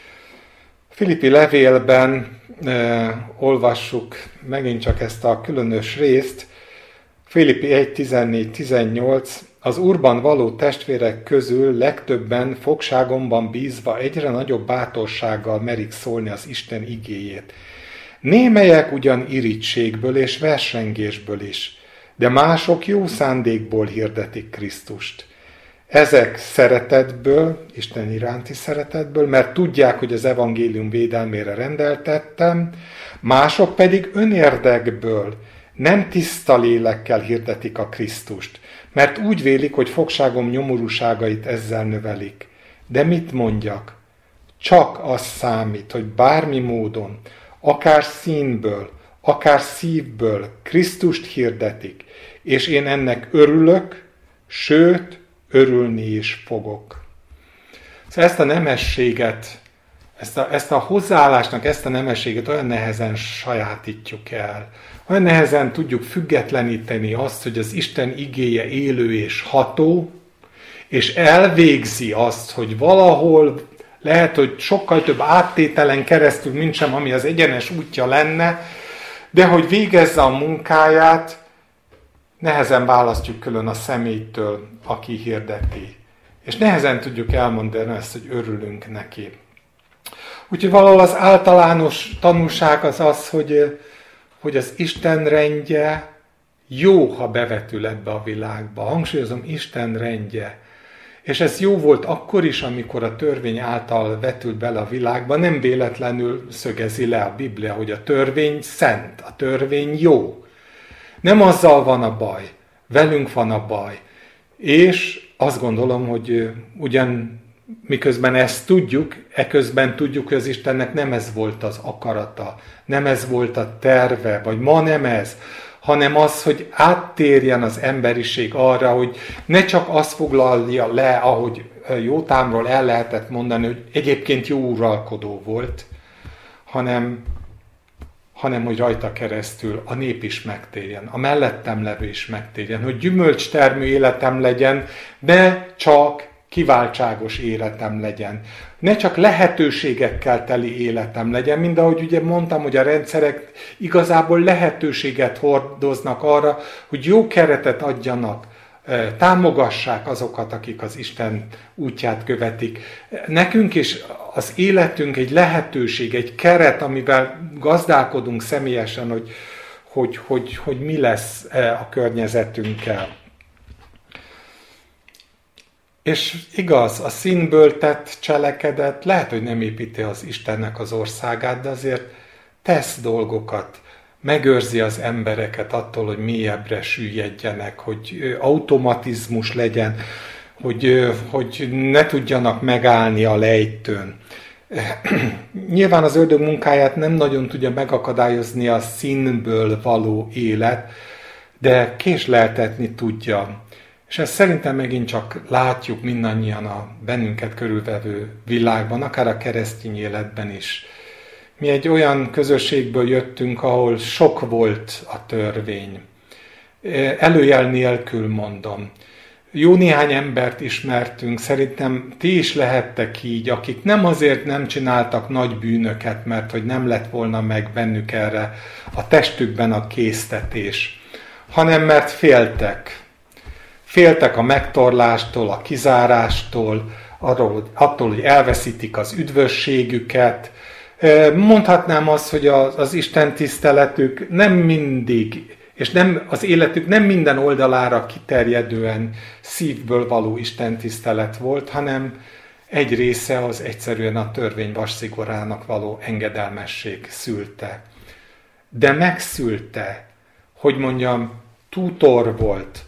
A Filippi levélben e, olvassuk megint csak ezt a különös részt. Filippi egy tizennégy tizennyolc. Az Úrban való testvérek közül legtöbben fogságomban bízva egyre nagyobb bátorsággal merik szólni az Isten igéjét. Némelyek ugyan irítségből és versengésből is, de mások jó szándékból hirdetik Krisztust. Ezek szeretetből, Isten iránti szeretetből, mert tudják, hogy az evangélium védelmére rendeltettem, mások pedig önérdekből, nem tiszta lélekkel hirdetik a Krisztust, mert úgy vélik, hogy fogságom nyomorúságait ezzel növelik. De mit mondjak? Csak az számít, hogy bármi módon, akár színből, akár szívből Krisztust hirdetik, és én ennek örülök, sőt, örülni is fogok. Szóval ezt a nemességet, ezt a, ezt a hozzáállásnak, ezt a nemességet olyan nehezen sajátítjuk el. Olyan nehezen tudjuk függetleníteni azt, hogy az Isten igéje élő és ható, és elvégzi azt, hogy valahol lehet, hogy sokkal több áttételen keresztül, mint sem, ami az egyenes útja lenne, de hogy végezze a munkáját, nehezen választjuk külön a személytől, aki hirdeti. És nehezen tudjuk elmondani ezt, hogy örülünk neki. Úgyhogy valahol az általános tanúság az az, hogy, hogy az Isten rendje jó, ha bevetül ebbe a világba. Hangsúlyozom, Isten rendje. És ez jó volt akkor is, amikor a törvény által vetült bele a világba. Nem véletlenül szögezi le a Biblia, hogy a törvény szent, a törvény jó. Nem azzal van a baj, velünk van a baj. És azt gondolom, hogy ugyan miközben ezt tudjuk, eközben tudjuk, hogy az Istennek nem ez volt az akarata, nem ez volt a terve, vagy ma nem ez, hanem az, hogy áttérjen az emberiség arra, hogy ne csak azt foglalja le, ahogy Jótámról el lehetett mondani, hogy egyébként jó uralkodó volt, hanem, hanem hogy rajta keresztül a nép is megtérjen, a mellettem levő is megtérjen, hogy gyümölcstermő életem legyen, de csak kiváltságos életem legyen. Ne csak lehetőségekkel teli életem legyen, mind ahogy ugye mondtam, hogy a rendszerek igazából lehetőséget hordoznak arra, hogy jó keretet adjanak, támogassák azokat, akik az Isten útját követik. Nekünk is az életünk egy lehetőség, egy keret, amivel gazdálkodunk személyesen, hogy, hogy, hogy, hogy mi lesz a környezetünkkel. És igaz, a színből tett cselekedet lehet, hogy nem építi az Istennek az országát, de azért tesz dolgokat, megőrzi az embereket attól, hogy mélyebbre süllyedjenek, hogy automatizmus legyen, hogy, hogy ne tudjanak megállni a lejtőn. Nyilván az ördög munkáját nem nagyon tudja megakadályozni a színből való élet, de késleltetni tudja. És ezt szerintem megint csak látjuk mindannyian a bennünket körülvevő világban, akár a keresztény életben is. Mi egy olyan közösségből jöttünk, ahol sok volt a törvény. Előjel nélkül mondom. Jó néhány embert ismertünk, szerintem ti is lehettek így, akik nem azért nem csináltak nagy bűnöket, mert hogy nem lett volna meg bennük erre a testükben a késztetés, hanem mert féltek. Féltek a megtorlástól, a kizárástól, arról, attól, hogy elveszítik az üdvösségüket. Mondhatnám azt, hogy az, az Isten tiszteletük nem mindig, és nem, az életük nem minden oldalára kiterjedően szívből való Isten tisztelet volt, hanem egy része az egyszerűen a törvény vasszigorának való engedelmesség szülte. De megszülte, hogy mondjam, tútor volt.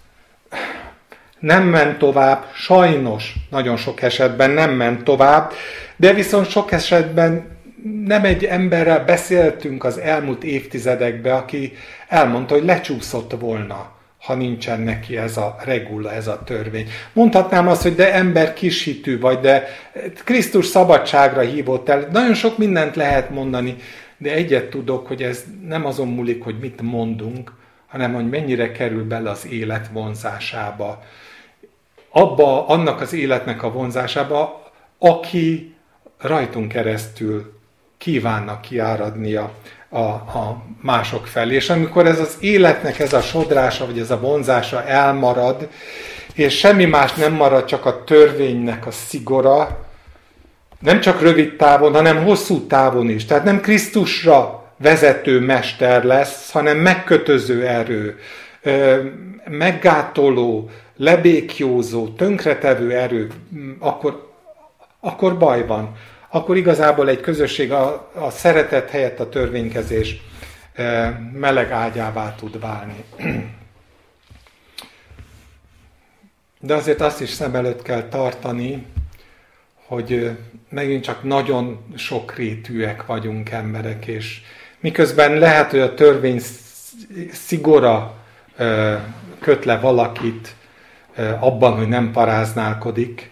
Nem ment tovább, sajnos nagyon sok esetben nem ment tovább, de viszont sok esetben nem egy emberrel beszéltünk az elmúlt évtizedekben, aki elmondta, hogy lecsúszott volna, ha nincsen neki ez a regula, ez a törvény. Mondhatnám azt, hogy de ember kishitű vagy, de Krisztus szabadságra hívott el. Nagyon sok mindent lehet mondani, de egyet tudok, hogy ez nem azon múlik, hogy mit mondunk, hanem hogy mennyire kerül bele az élet vonzásába. Abba, annak az életnek a vonzásába, aki rajtunk keresztül kívánnak kiáradni a, a, a mások felé. És amikor ez az életnek ez a sodrása, vagy ez a vonzása elmarad, és semmi más nem marad, csak a törvénynek a szigora, nem csak rövid távon, hanem hosszú távon is. Tehát nem Krisztusra vezető mester lesz, hanem megkötöző erő, meggátoló, lebékjózó, tönkretevő erő, akkor, akkor baj van. Akkor igazából egy közösség a, a szeretet helyett a törvénykezés meleg ágyává tud válni. De azért azt is szem előtt kell tartani, hogy megint csak nagyon sokrétűek vagyunk emberek, és miközben lehet, hogy a törvény szigora köt le valakit abban, hogy nem paráználkodik,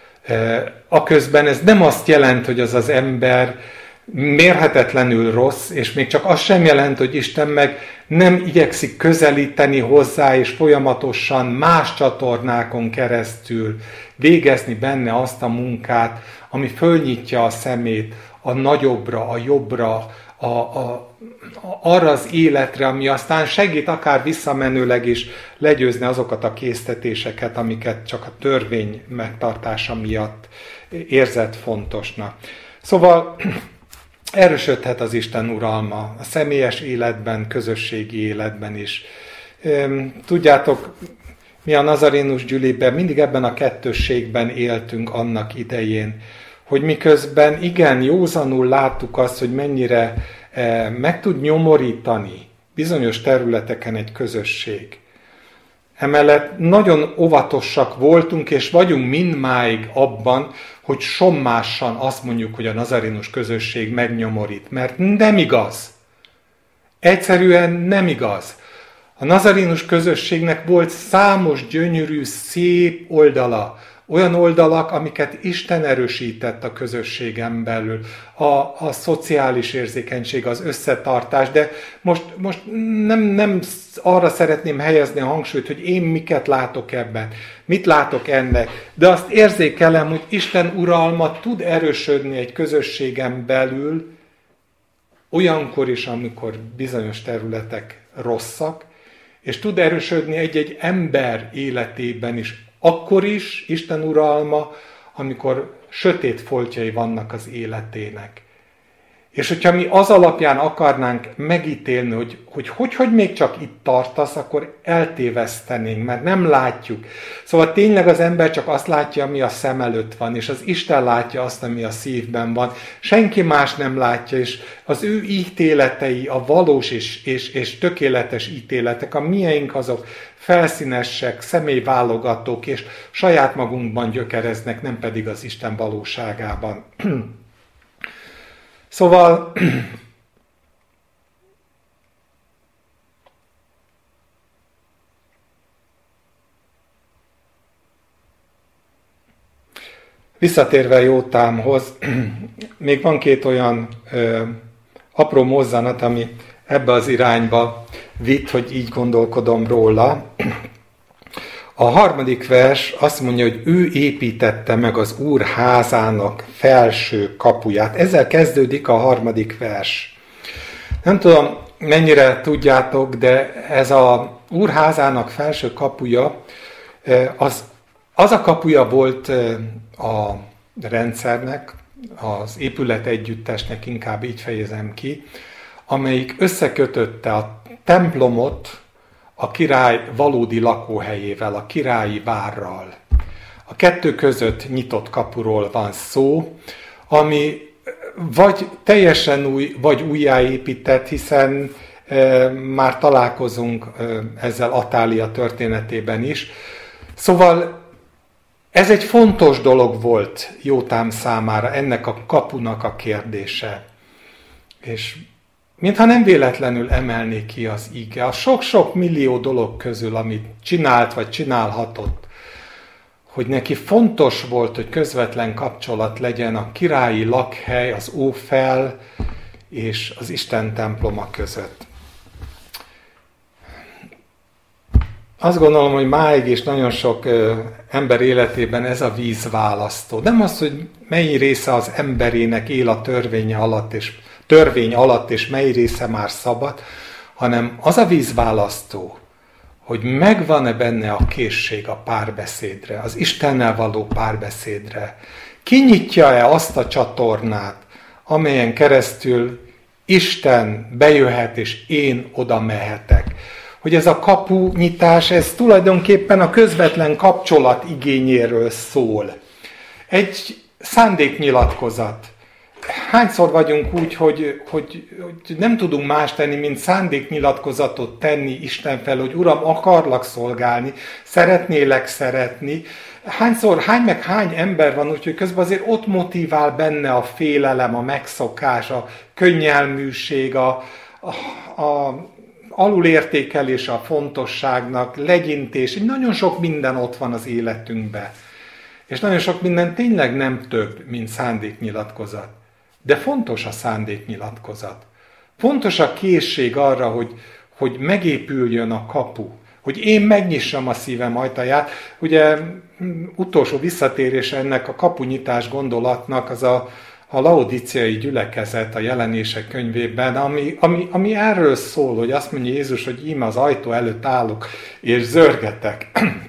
aközben ez nem azt jelent, hogy az az ember mérhetetlenül rossz, és még csak az sem jelent, hogy Isten meg nem igyekszik közelíteni hozzá, és folyamatosan más csatornákon keresztül végezni benne azt a munkát, ami fölnyitja a szemét a nagyobbra, a jobbra, a, a, arra az életre, ami aztán segít akár visszamenőleg is legyőzni azokat a késztetéseket, amiket csak a törvény megtartása miatt érzett fontosnak. Szóval erősödhet az Isten uralma a személyes életben, közösségi életben is. Tudjátok, mi a Nazarénus gyűlében mindig ebben a kettősségben éltünk annak idején, hogy miközben igen, józanul láttuk azt, hogy mennyire meg tud nyomorítani bizonyos területeken egy közösség. Emellett nagyon óvatosak voltunk, és vagyunk mindmáig abban, hogy sommásan azt mondjuk, hogy a nazarénus közösség megnyomorít, mert nem igaz. Egyszerűen nem igaz. A nazarénus közösségnek volt számos gyönyörű, szép oldala, olyan oldalak, amiket Isten erősített a közösségen belül, a, a szociális érzékenység, az összetartás, de most, most nem, nem arra szeretném helyezni a hangsúlyt, hogy én miket látok ebben, mit látok ennek, de azt érzékelem, hogy Isten uralma tud erősödni egy közösségen belül, olyankor is, amikor bizonyos területek rosszak, és tud erősödni egy-egy ember életében is, akkor is Isten uralma, amikor sötét foltjai vannak az életének. És hogyha mi az alapján akarnánk megítélni, hogy hogy, hogy, hogy még csak itt tartasz, akkor eltévesztenénk, mert nem látjuk. Szóval tényleg az ember csak azt látja, ami a szem előtt van, és az Isten látja azt, ami a szívben van. Senki más nem látja, és az ő ítéletei, a valós és, és, és tökéletes ítéletek, a miénk azok felszínesek, személyválogatók, és saját magunkban gyökereznek, nem pedig az Isten valóságában. Szóval Visszatérve Jótámhoz, még van két olyan ö, apró mozzanat, ami ebbe az irányba vitt, hogy így gondolkodom róla. A harmadik vers azt mondja, hogy ő építette meg az Úr házának felső kapuját. Ezzel kezdődik a harmadik vers. Nem tudom, mennyire tudjátok, de ez a Úr házának felső kapuja, az, az a kapuja volt a rendszernek, az épület együttesnek, inkább így fejezem ki, amelyik összekötötte a templomot a király valódi lakóhelyével, a királyi várral. A kettő között nyitott kapuról van szó, ami vagy teljesen új, vagy újjáépített, hiszen e, már találkozunk e, ezzel Atália történetében is. Szóval ez egy fontos dolog volt Jótám számára, ennek a kapunak a kérdése. És mintha nem véletlenül emelné ki az ige, a sok-sok millió dolog közül, amit csinált vagy csinálhatott, hogy neki fontos volt, hogy közvetlen kapcsolat legyen a királyi lakhely, az Ófel és az Isten temploma között. Azt gondolom, hogy máig is nagyon sok ö, ember életében ez a víz választó. Nem az, hogy mely része az emberének él a törvény alatt, és, törvény alatt, és mely része már szabad, hanem az a víz választó, hogy megvan-e benne a készség a párbeszédre, az Istennel való párbeszédre. Kinyitja-e azt a csatornát, amelyen keresztül Isten bejöhet, és én oda mehetek. Hogy ez a kapunyitás, ez tulajdonképpen a közvetlen kapcsolat igényéről szól. Egy szándéknyilatkozat. Hányszor vagyunk úgy, hogy, hogy, hogy nem tudunk más tenni, mint szándéknyilatkozatot tenni Isten fel, hogy Uram, akarlak szolgálni, szeretnélek szeretni. Hányszor, hány meg hány ember van, úgyhogy közben azért ott motivál benne a félelem, a megszokás, a könnyelműség, a, a, a alulértékelés a fontosságnak, legyintés, nagyon sok minden ott van az életünkben. És nagyon sok minden tényleg nem több, mint szándéknyilatkozat. De fontos a szándéknyilatkozat. Fontos a készség arra, hogy, hogy megépüljön a kapu. Hogy én megnyissam a szívem ajtaját. Ugye utolsó visszatérése ennek a kapunyitás gondolatnak az a, a laodiciai gyülekezet a Jelenések könyvében, ami, ami, ami erről szól, hogy azt mondja Jézus, hogy íme az ajtó előtt állok, és zörgetek.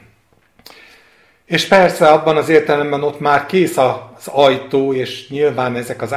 És persze abban az értelemben ott már kész az ajtó, és nyilván ezek az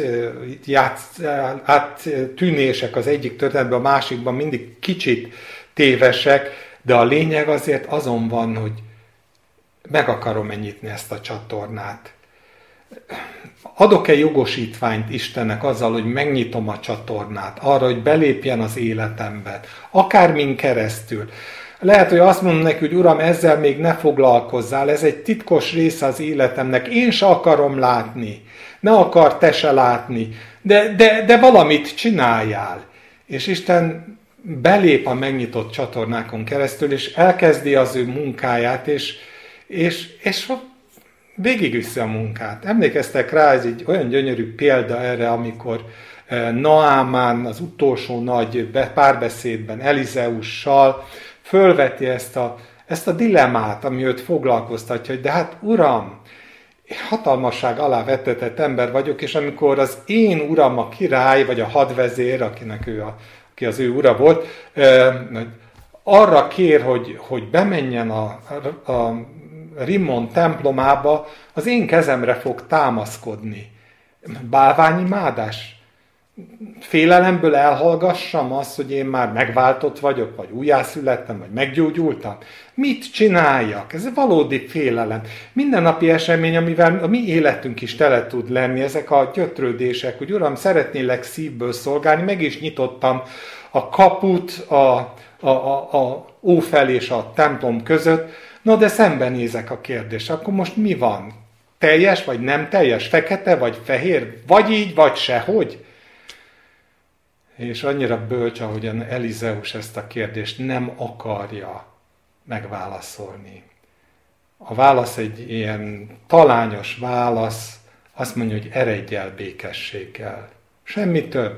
áttűnések az egyik történetben, a másikban mindig kicsit tévesek, de a lényeg azért azon van, hogy meg akarom-e nyitni ezt a csatornát. Adok-e jogosítványt Istennek azzal, hogy megnyitom a csatornát, arra, hogy belépjen az életembe, akármin keresztül. Lehet, hogy azt mondom neki, hogy Uram, ezzel még ne foglalkozzál, ez egy titkos része az életemnek, én se akarom látni, ne akar te se látni, de, de, de valamit csináljál. És Isten belép a megnyitott csatornákon keresztül, és elkezdi az ő munkáját, és, és, és végigviszi a munkát. Emlékeztek rá, ez egy olyan gyönyörű példa erre, amikor Naámán az utolsó nagy párbeszédben Elizeussal fölveti ezt a, ezt a dilemmát, ami őt foglalkoztatja, hogy de hát Uram, hatalmasság alá vettetett ember vagyok, és amikor az én uram a király, vagy a hadvezér, akinek ő a, aki az ő ura volt, arra kér, hogy, hogy bemenjen a, a Rimmon templomába, az én kezemre fog támaszkodni. Bálványimádás? Félelemből elhallgassam azt, hogy én már megváltott vagyok, vagy újjászülettem, vagy meggyógyultam? Mit csináljak? Ez valódi félelem. Mindennapi esemény, amivel a mi életünk is tele tud lenni, ezek a gyötrődések, hogy Uram, szeretnélek szívből szolgálni, meg is nyitottam a kaput a, a, a, a Ófel és a templom között, no de szembenézek a kérdés, akkor most mi van? Teljes vagy nem teljes? Fekete vagy fehér? Vagy így, vagy sehogy? És annyira bölcs, ahogyan Elizeus ezt a kérdést nem akarja megválaszolni. a válasz egy ilyen talányos válasz, azt mondja, hogy eredj el békességgel. Semmi több.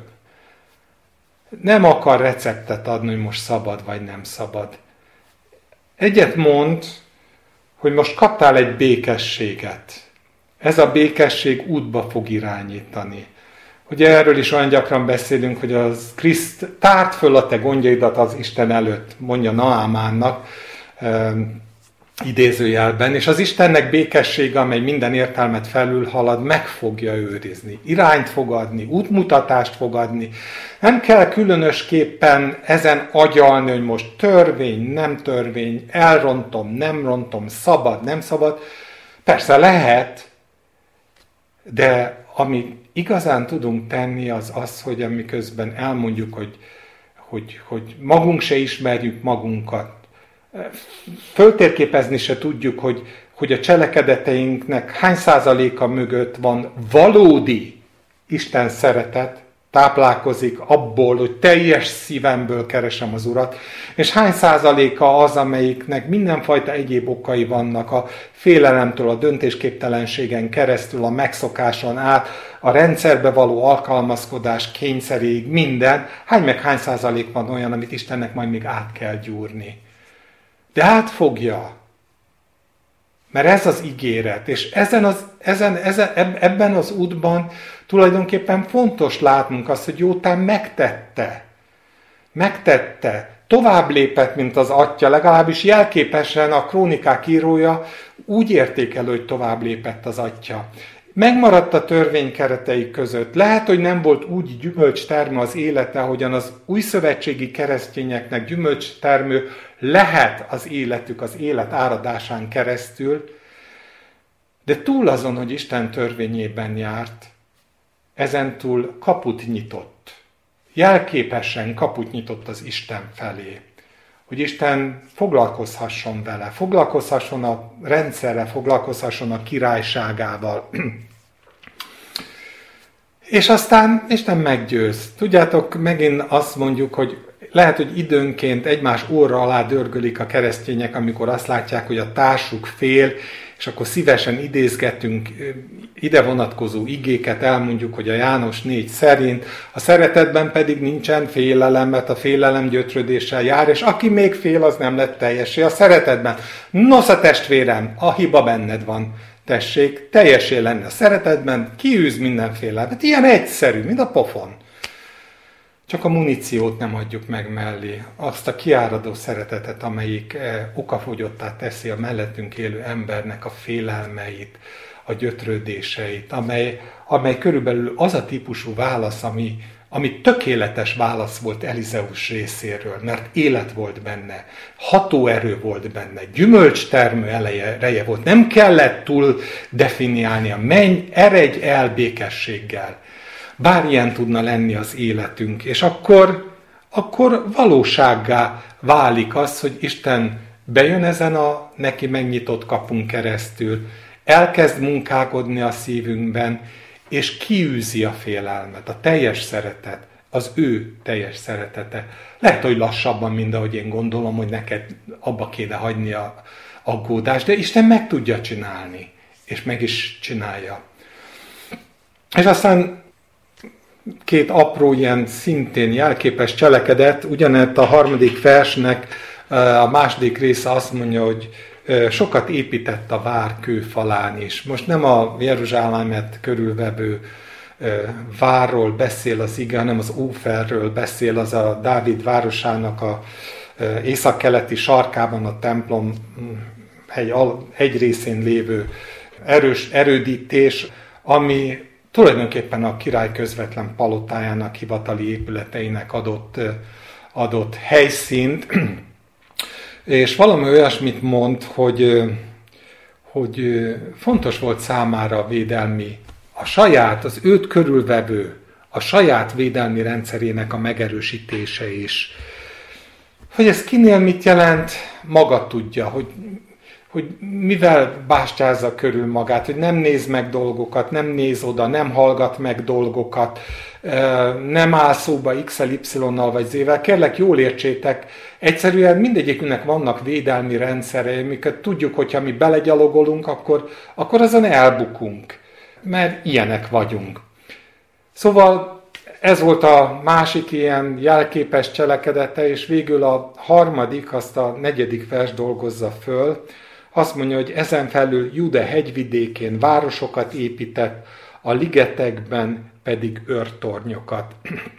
Nem akar receptet adni, hogy most szabad vagy nem szabad. Egyet mond, hogy most kaptál egy békességet. Ez a békesség útba fog irányítani. Ugye erről is olyan gyakran beszélünk, hogy az Kriszt tárt föl a te gondjaidat az Isten előtt, mondja Naámánnak um, idézőjelben, és az Istennek békessége, amely minden értelmet felülhalad, meg fogja őrizni. Irányt fog adni, útmutatást fog adni. Nem kell különösképpen ezen agyalni, hogy most törvény, nem törvény, elrontom, nem rontom, szabad, nem szabad. Persze lehet, de amit igazán tudunk tenni, az az, hogy amiközben elmondjuk, hogy, hogy, hogy magunk se ismerjük magunkat, föltérképezni se tudjuk, hogy, hogy a cselekedeteinknek hány százaléka mögött van valódi Isten szeretet, táplálkozik abból, hogy teljes szívemből keresem az Urat, és hány százaléka az, amelyiknek mindenfajta egyéb okai vannak, a félelemtől, a döntésképtelenségen keresztül, a megszokáson át, a rendszerbe való alkalmazkodás kényszeréig, minden, hány meg hány százalék van olyan, amit Istennek majd még át kell gyúrni. De átfogja. Mert ez az ígéret, és ezen az, ezen, ezen, ebben az útban tulajdonképpen fontos látnunk azt, hogy Jótám megtette. Megtette. Tovább lépett, mint az atya, legalábbis jelképesen a krónikák írója úgy értékelő, hogy tovább lépett az atya. Megmaradt a törvény keretei között. Lehet, hogy nem volt úgy gyümölcstermő az élete, ahogyan az újszövetségi keresztényeknek gyümölcstermő lehet az életük, az élet áradásán keresztül, de túl azon, hogy Isten törvényében járt, ezentúl kaput nyitott. Jelképesen kaput nyitott az Isten felé. Hogy Isten foglalkozhasson vele, foglalkozhasson a rendszerre, foglalkozhasson a királyságával. És aztán Isten meggyőz. Tudjátok, megint azt mondjuk, hogy lehet, hogy időnként egymás óra alá dörgölik a keresztények, amikor azt látják, hogy a társuk fél, és akkor szívesen idézgetünk ide vonatkozó igéket, elmondjuk, hogy a János négy szerint, a szeretetben pedig nincsen félelem, mert a félelem gyötrődéssel jár, és aki még fél, az nem lett teljessé a szeretetben. Nos, a testvérem, a hiba benned van. Tessék, teljessé lenne a szeretetben, kiűz mindenféle. Hát ilyen egyszerű, mint a pofon. Csak a muníciót nem adjuk meg mellé, azt a kiáradó szeretetet, amelyik eh, okafogyottá teszi a mellettünk élő embernek a félelmeit, a gyötrődéseit, amely, amely körülbelül az a típusú válasz, ami, ami tökéletes válasz volt Elizeus részéről, mert élet volt benne, hatóerő volt benne, gyümölcstermő ereje volt, nem kellett túl definiálnia, menj, eredj el békességgel. Bár ilyen tudna lenni az életünk, és akkor, akkor valósággá válik az, hogy Isten bejön ezen a neki megnyitott kapunk keresztül, elkezd munkálkodni a szívünkben, és kiűzi a félelmet, a teljes szeretet, az ő teljes szeretete. Lehet, hogy lassabban, mint ahogy én gondolom, hogy neked abba kéne hagyni a aggódást, de Isten meg tudja csinálni, és meg is csinálja. És aztán két apró ilyen szintén jelképes cselekedet, ugyanett a harmadik versnek a második része azt mondja, hogy sokat épített a vár kőfalán is. Most nem a Jeruzsálemet körülvevő várról beszél az ige, hanem az Óferről beszél, az a Dávid városának a északkeleti sarkában a templom egy, egy részén lévő erős erődítés, ami tulajdonképpen a király közvetlen palotájának, hivatali épületeinek adott, adott helyszínt, és valami olyasmit mond, hogy, hogy fontos volt számára a védelmi, a saját, az őt körülvevő, a saját védelmi rendszerének a megerősítése is. Hogy ez kinél mit jelent, maga tudja, hogy hogy mivel bástyázza körül magát, hogy nem néz meg dolgokat, nem néz oda, nem hallgat meg dolgokat, nem áll szóba X-el, Y-nal vagy Z-vel. Kérlek, jól értsétek, egyszerűen mindegyikünknek vannak védelmi rendszerei, amiket tudjuk, hogyha mi belegyalogolunk, akkor, akkor azon elbukunk, mert ilyenek vagyunk. Szóval ez volt a másik ilyen jelképes cselekedete, és végül a harmadik, azt a negyedik vers dolgozza föl. Azt mondja, hogy ezen felül Júda hegyvidékén városokat épített, a ligetekben pedig őrtornyokat.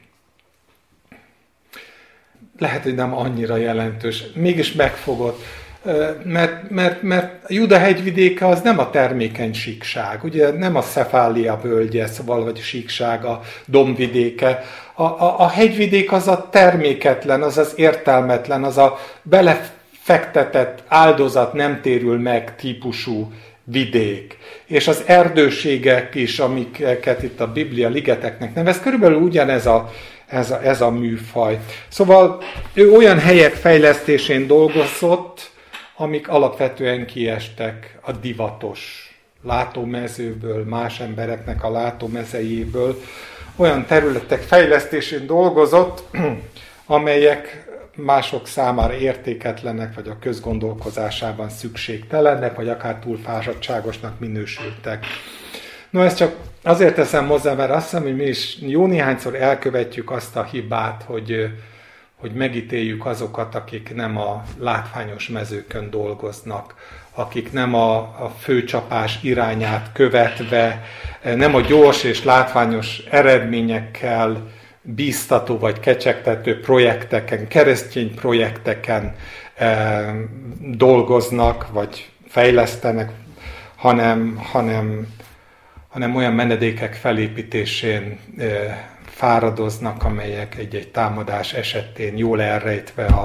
Lehet, hogy nem annyira jelentős, mégis megfogott. Mert, mert, mert Júda hegyvidéke az nem a termékeny síkság, ugye nem a Szefália völgye, szóval, vagy síkság, a dombvidéke. A, a, a hegyvidék az a terméketlen, az az értelmetlen, az a belefektetett áldozat nem térül meg típusú vidék. És az erdőségek is, amiket itt a Biblia ligeteknek nevez, körülbelül ugyanez a Ez a, ez a műfaj. Szóval ő olyan helyek fejlesztésén dolgozott, amik alapvetően kiestek a divatos látómezőből, más embereknek a látómezejéből. Olyan területek fejlesztésén dolgozott, amelyek mások számára értéketlenek, vagy a közgondolkozásában szükségtelenek, vagy akár túlfáradtságosnak minősültek. No, ezt csak azért teszem hozzá, mert azt hiszem, hogy mi is jó néhányszor elkövetjük azt a hibát, hogy, hogy megítéljük azokat, akik nem a látványos mezőkön dolgoznak, akik nem a, a főcsapás irányát követve, nem a gyors és látványos eredményekkel bíztató vagy kecsegtető projekteken, keresztény projekteken eh, dolgoznak, vagy fejlesztenek, hanem, hanem hanem olyan menedékek felépítésén e, fáradoznak, amelyek egy-egy támadás esetén jól elrejtve a,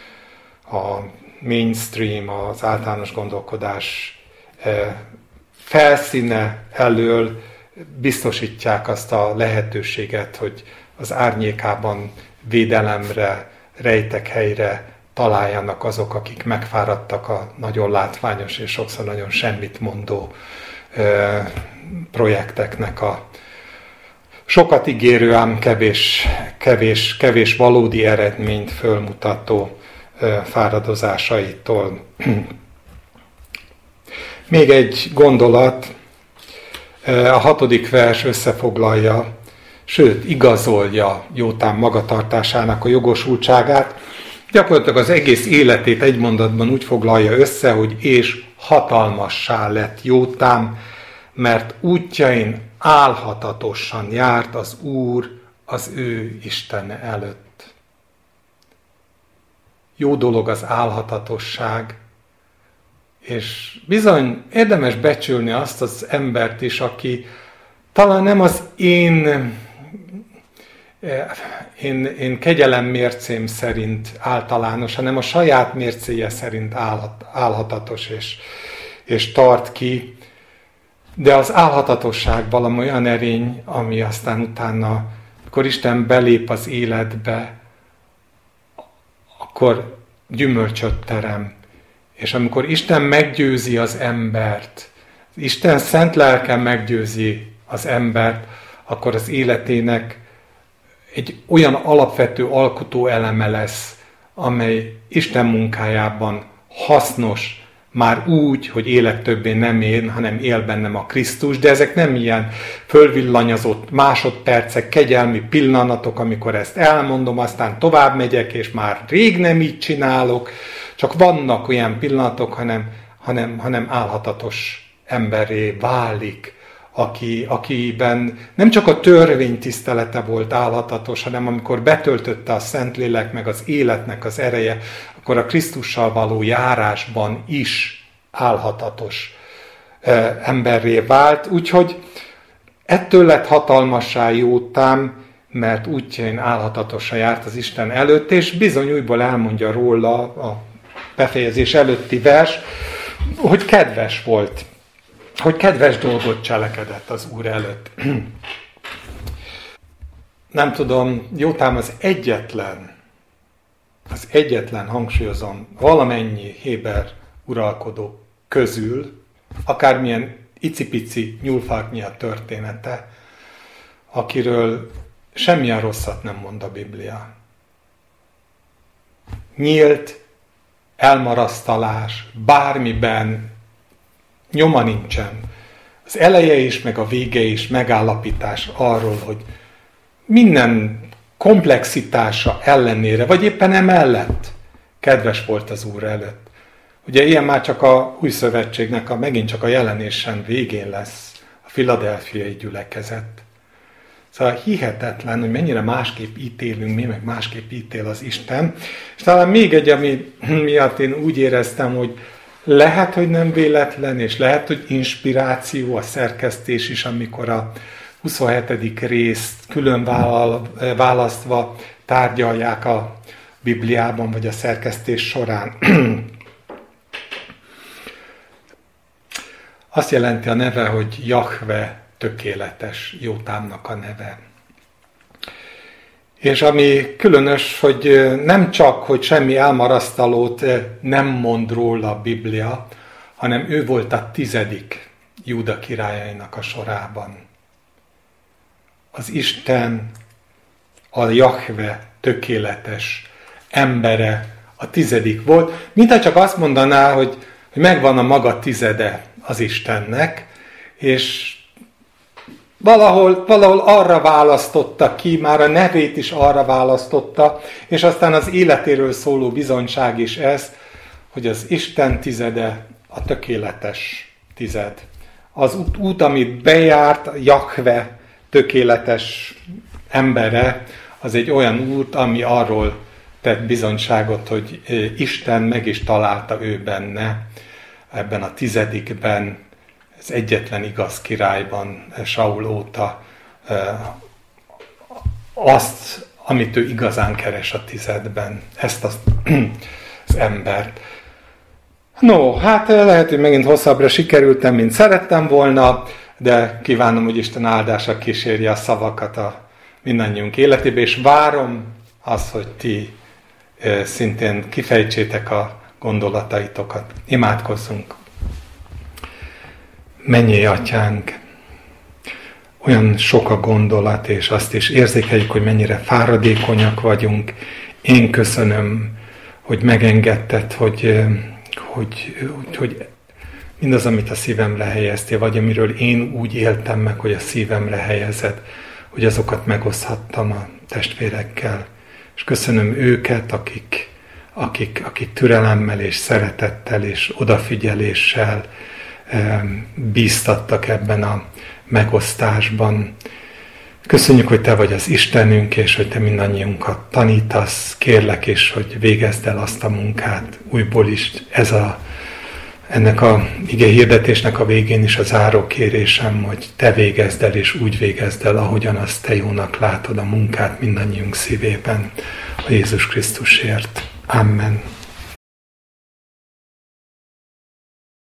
a mainstream, az általános gondolkodás e, felszíne elől biztosítják azt a lehetőséget, hogy az árnyékában védelemre, rejtek helyre találjanak azok, akik megfáradtak a nagyon látványos és sokszor nagyon semmit mondó e, projekteknek a sokat ígérő, ám kevés, kevés, kevés valódi eredményt fölmutató fáradozásaitól. Még egy gondolat, a hatodik vers összefoglalja, sőt, igazolja Jótám magatartásának a jogosultságát. Gyakorlatilag az egész életét egy mondatban úgy foglalja össze, hogy és hatalmassá lett Jótám, mert útjain álhatatosan járt az Úr az ő Istene előtt. Jó dolog az álhatatosság, és bizony érdemes becsülni azt az embert is, aki talán nem az én, én, én kegyelem mércém szerint általános, hanem a saját mércéje szerint állhat, álhatatos és, és tart ki. De az álhatatosság valami olyan erény, ami aztán utána, amikor Isten belép az életbe, akkor gyümölcsöt terem. És amikor Isten meggyőzi az embert, Isten szent lelke meggyőzi az embert, akkor az életének egy olyan alapvető alkotó eleme lesz, amely Isten munkájában hasznos, már úgy, hogy élek többé nem én, hanem él bennem a Krisztus, de ezek nem ilyen fölvillanyozott másodpercek, kegyelmi pillanatok, amikor ezt elmondom, aztán tovább megyek, és már rég nem így csinálok, csak vannak olyan pillanatok, hanem, hanem, hanem álhatatos emberré válik, aki, akiben nem csak a törvény tisztelete volt álhatatos, hanem amikor betöltötte a Szentlélek meg az életnek az ereje, akkor a Krisztussal való járásban is álhatatos emberré vált. Úgyhogy ettől lett hatalmassá Jótám, mert útjain álhatatosan járt az Isten előtt, és bizony újból elmondja róla a befejezés előtti vers, hogy kedves volt, hogy kedves dolgot cselekedett az Úr előtt. Nem tudom, Jótám az egyetlen, az egyetlen, hangsúlyozom, valamennyi héber uralkodó közül, akármilyen icipici nyúlfarknyi története, akiről semmilyen rosszat nem mond a Biblia. Nyílt elmarasztalás, bármiben nyoma nincsen. Az eleje is, meg a vége is megállapítás arról, hogy minden komplexitása ellenére, vagy éppen emellett kedves volt az Úr előtt. Ugye ilyen már csak a Új Szövetségnek a, megint csak a jelenésen végén lesz a filadelfiai gyülekezet. Szóval hihetetlen, hogy mennyire másképp ítélünk mi, meg másképp ítél az Isten. És talán még egy, ami miatt én úgy éreztem, hogy lehet, hogy nem véletlen, és lehet, hogy inspiráció a szerkesztés is, amikor a huszonhetedik részt külön választva tárgyalják a Bibliában, vagy a szerkesztés során. Azt jelenti a neve, hogy Jahve tökéletes, Jótámnak a neve. És ami különös, hogy nem csak, hogy semmi elmarasztalót nem mond róla a Biblia, hanem ő volt a tizedik Júda királyainak a sorában. Az Isten, a Jahve tökéletes embere a tizedik volt, mintha csak azt mondaná, hogy, hogy megvan a maga tizede az Istennek, és Valahol, valahol arra választotta ki, már a nevét is arra választotta, és aztán az életéről szóló bizonyság is ez, hogy az Isten tizede a tökéletes tized. Az út, út amit bejárt, Jahve tökéletes embere, az egy olyan út, ami arról tett bizonyságot, hogy Isten meg is találta ő benne, ebben a tizedikben, az egyetlen igaz királyban, Saul óta azt, amit ő igazán keres a tizedben, ezt az, az embert. No, hát lehet, hogy megint hosszabbra sikerültem, mint szerettem volna, de kívánom, hogy Isten áldása kísérje a szavakat a mindannyiunk életébe, és várom azt, hogy ti szintén kifejtsétek a gondolataitokat. Imádkozzunk! Mennyei Atyánk, olyan sok a gondolat, és azt is érzékeljük, hogy mennyire fáradékonyak vagyunk. Én köszönöm, hogy megengedted, hogy, hogy, hogy mindaz, amit a szívemre helyeztél, vagy amiről én úgy éltem meg, hogy a szívemre helyezed, hogy azokat megoszthattam a testvérekkel. És köszönöm őket, akik, akik, akik türelemmel és szeretettel és odafigyeléssel bíztattak ebben a megosztásban. Köszönjük, hogy Te vagy az Istenünk, és hogy Te mindannyiunkat tanítasz. Kérlek is, hogy végezd el azt a munkát újból is. Ez a, ennek a ige hirdetésnek a végén is a záró kérésem, hogy Te végezd el, és úgy végezd el, ahogyan azt Te jónak látod a munkát mindannyiunk szívében. A Jézus Krisztusért. Amen.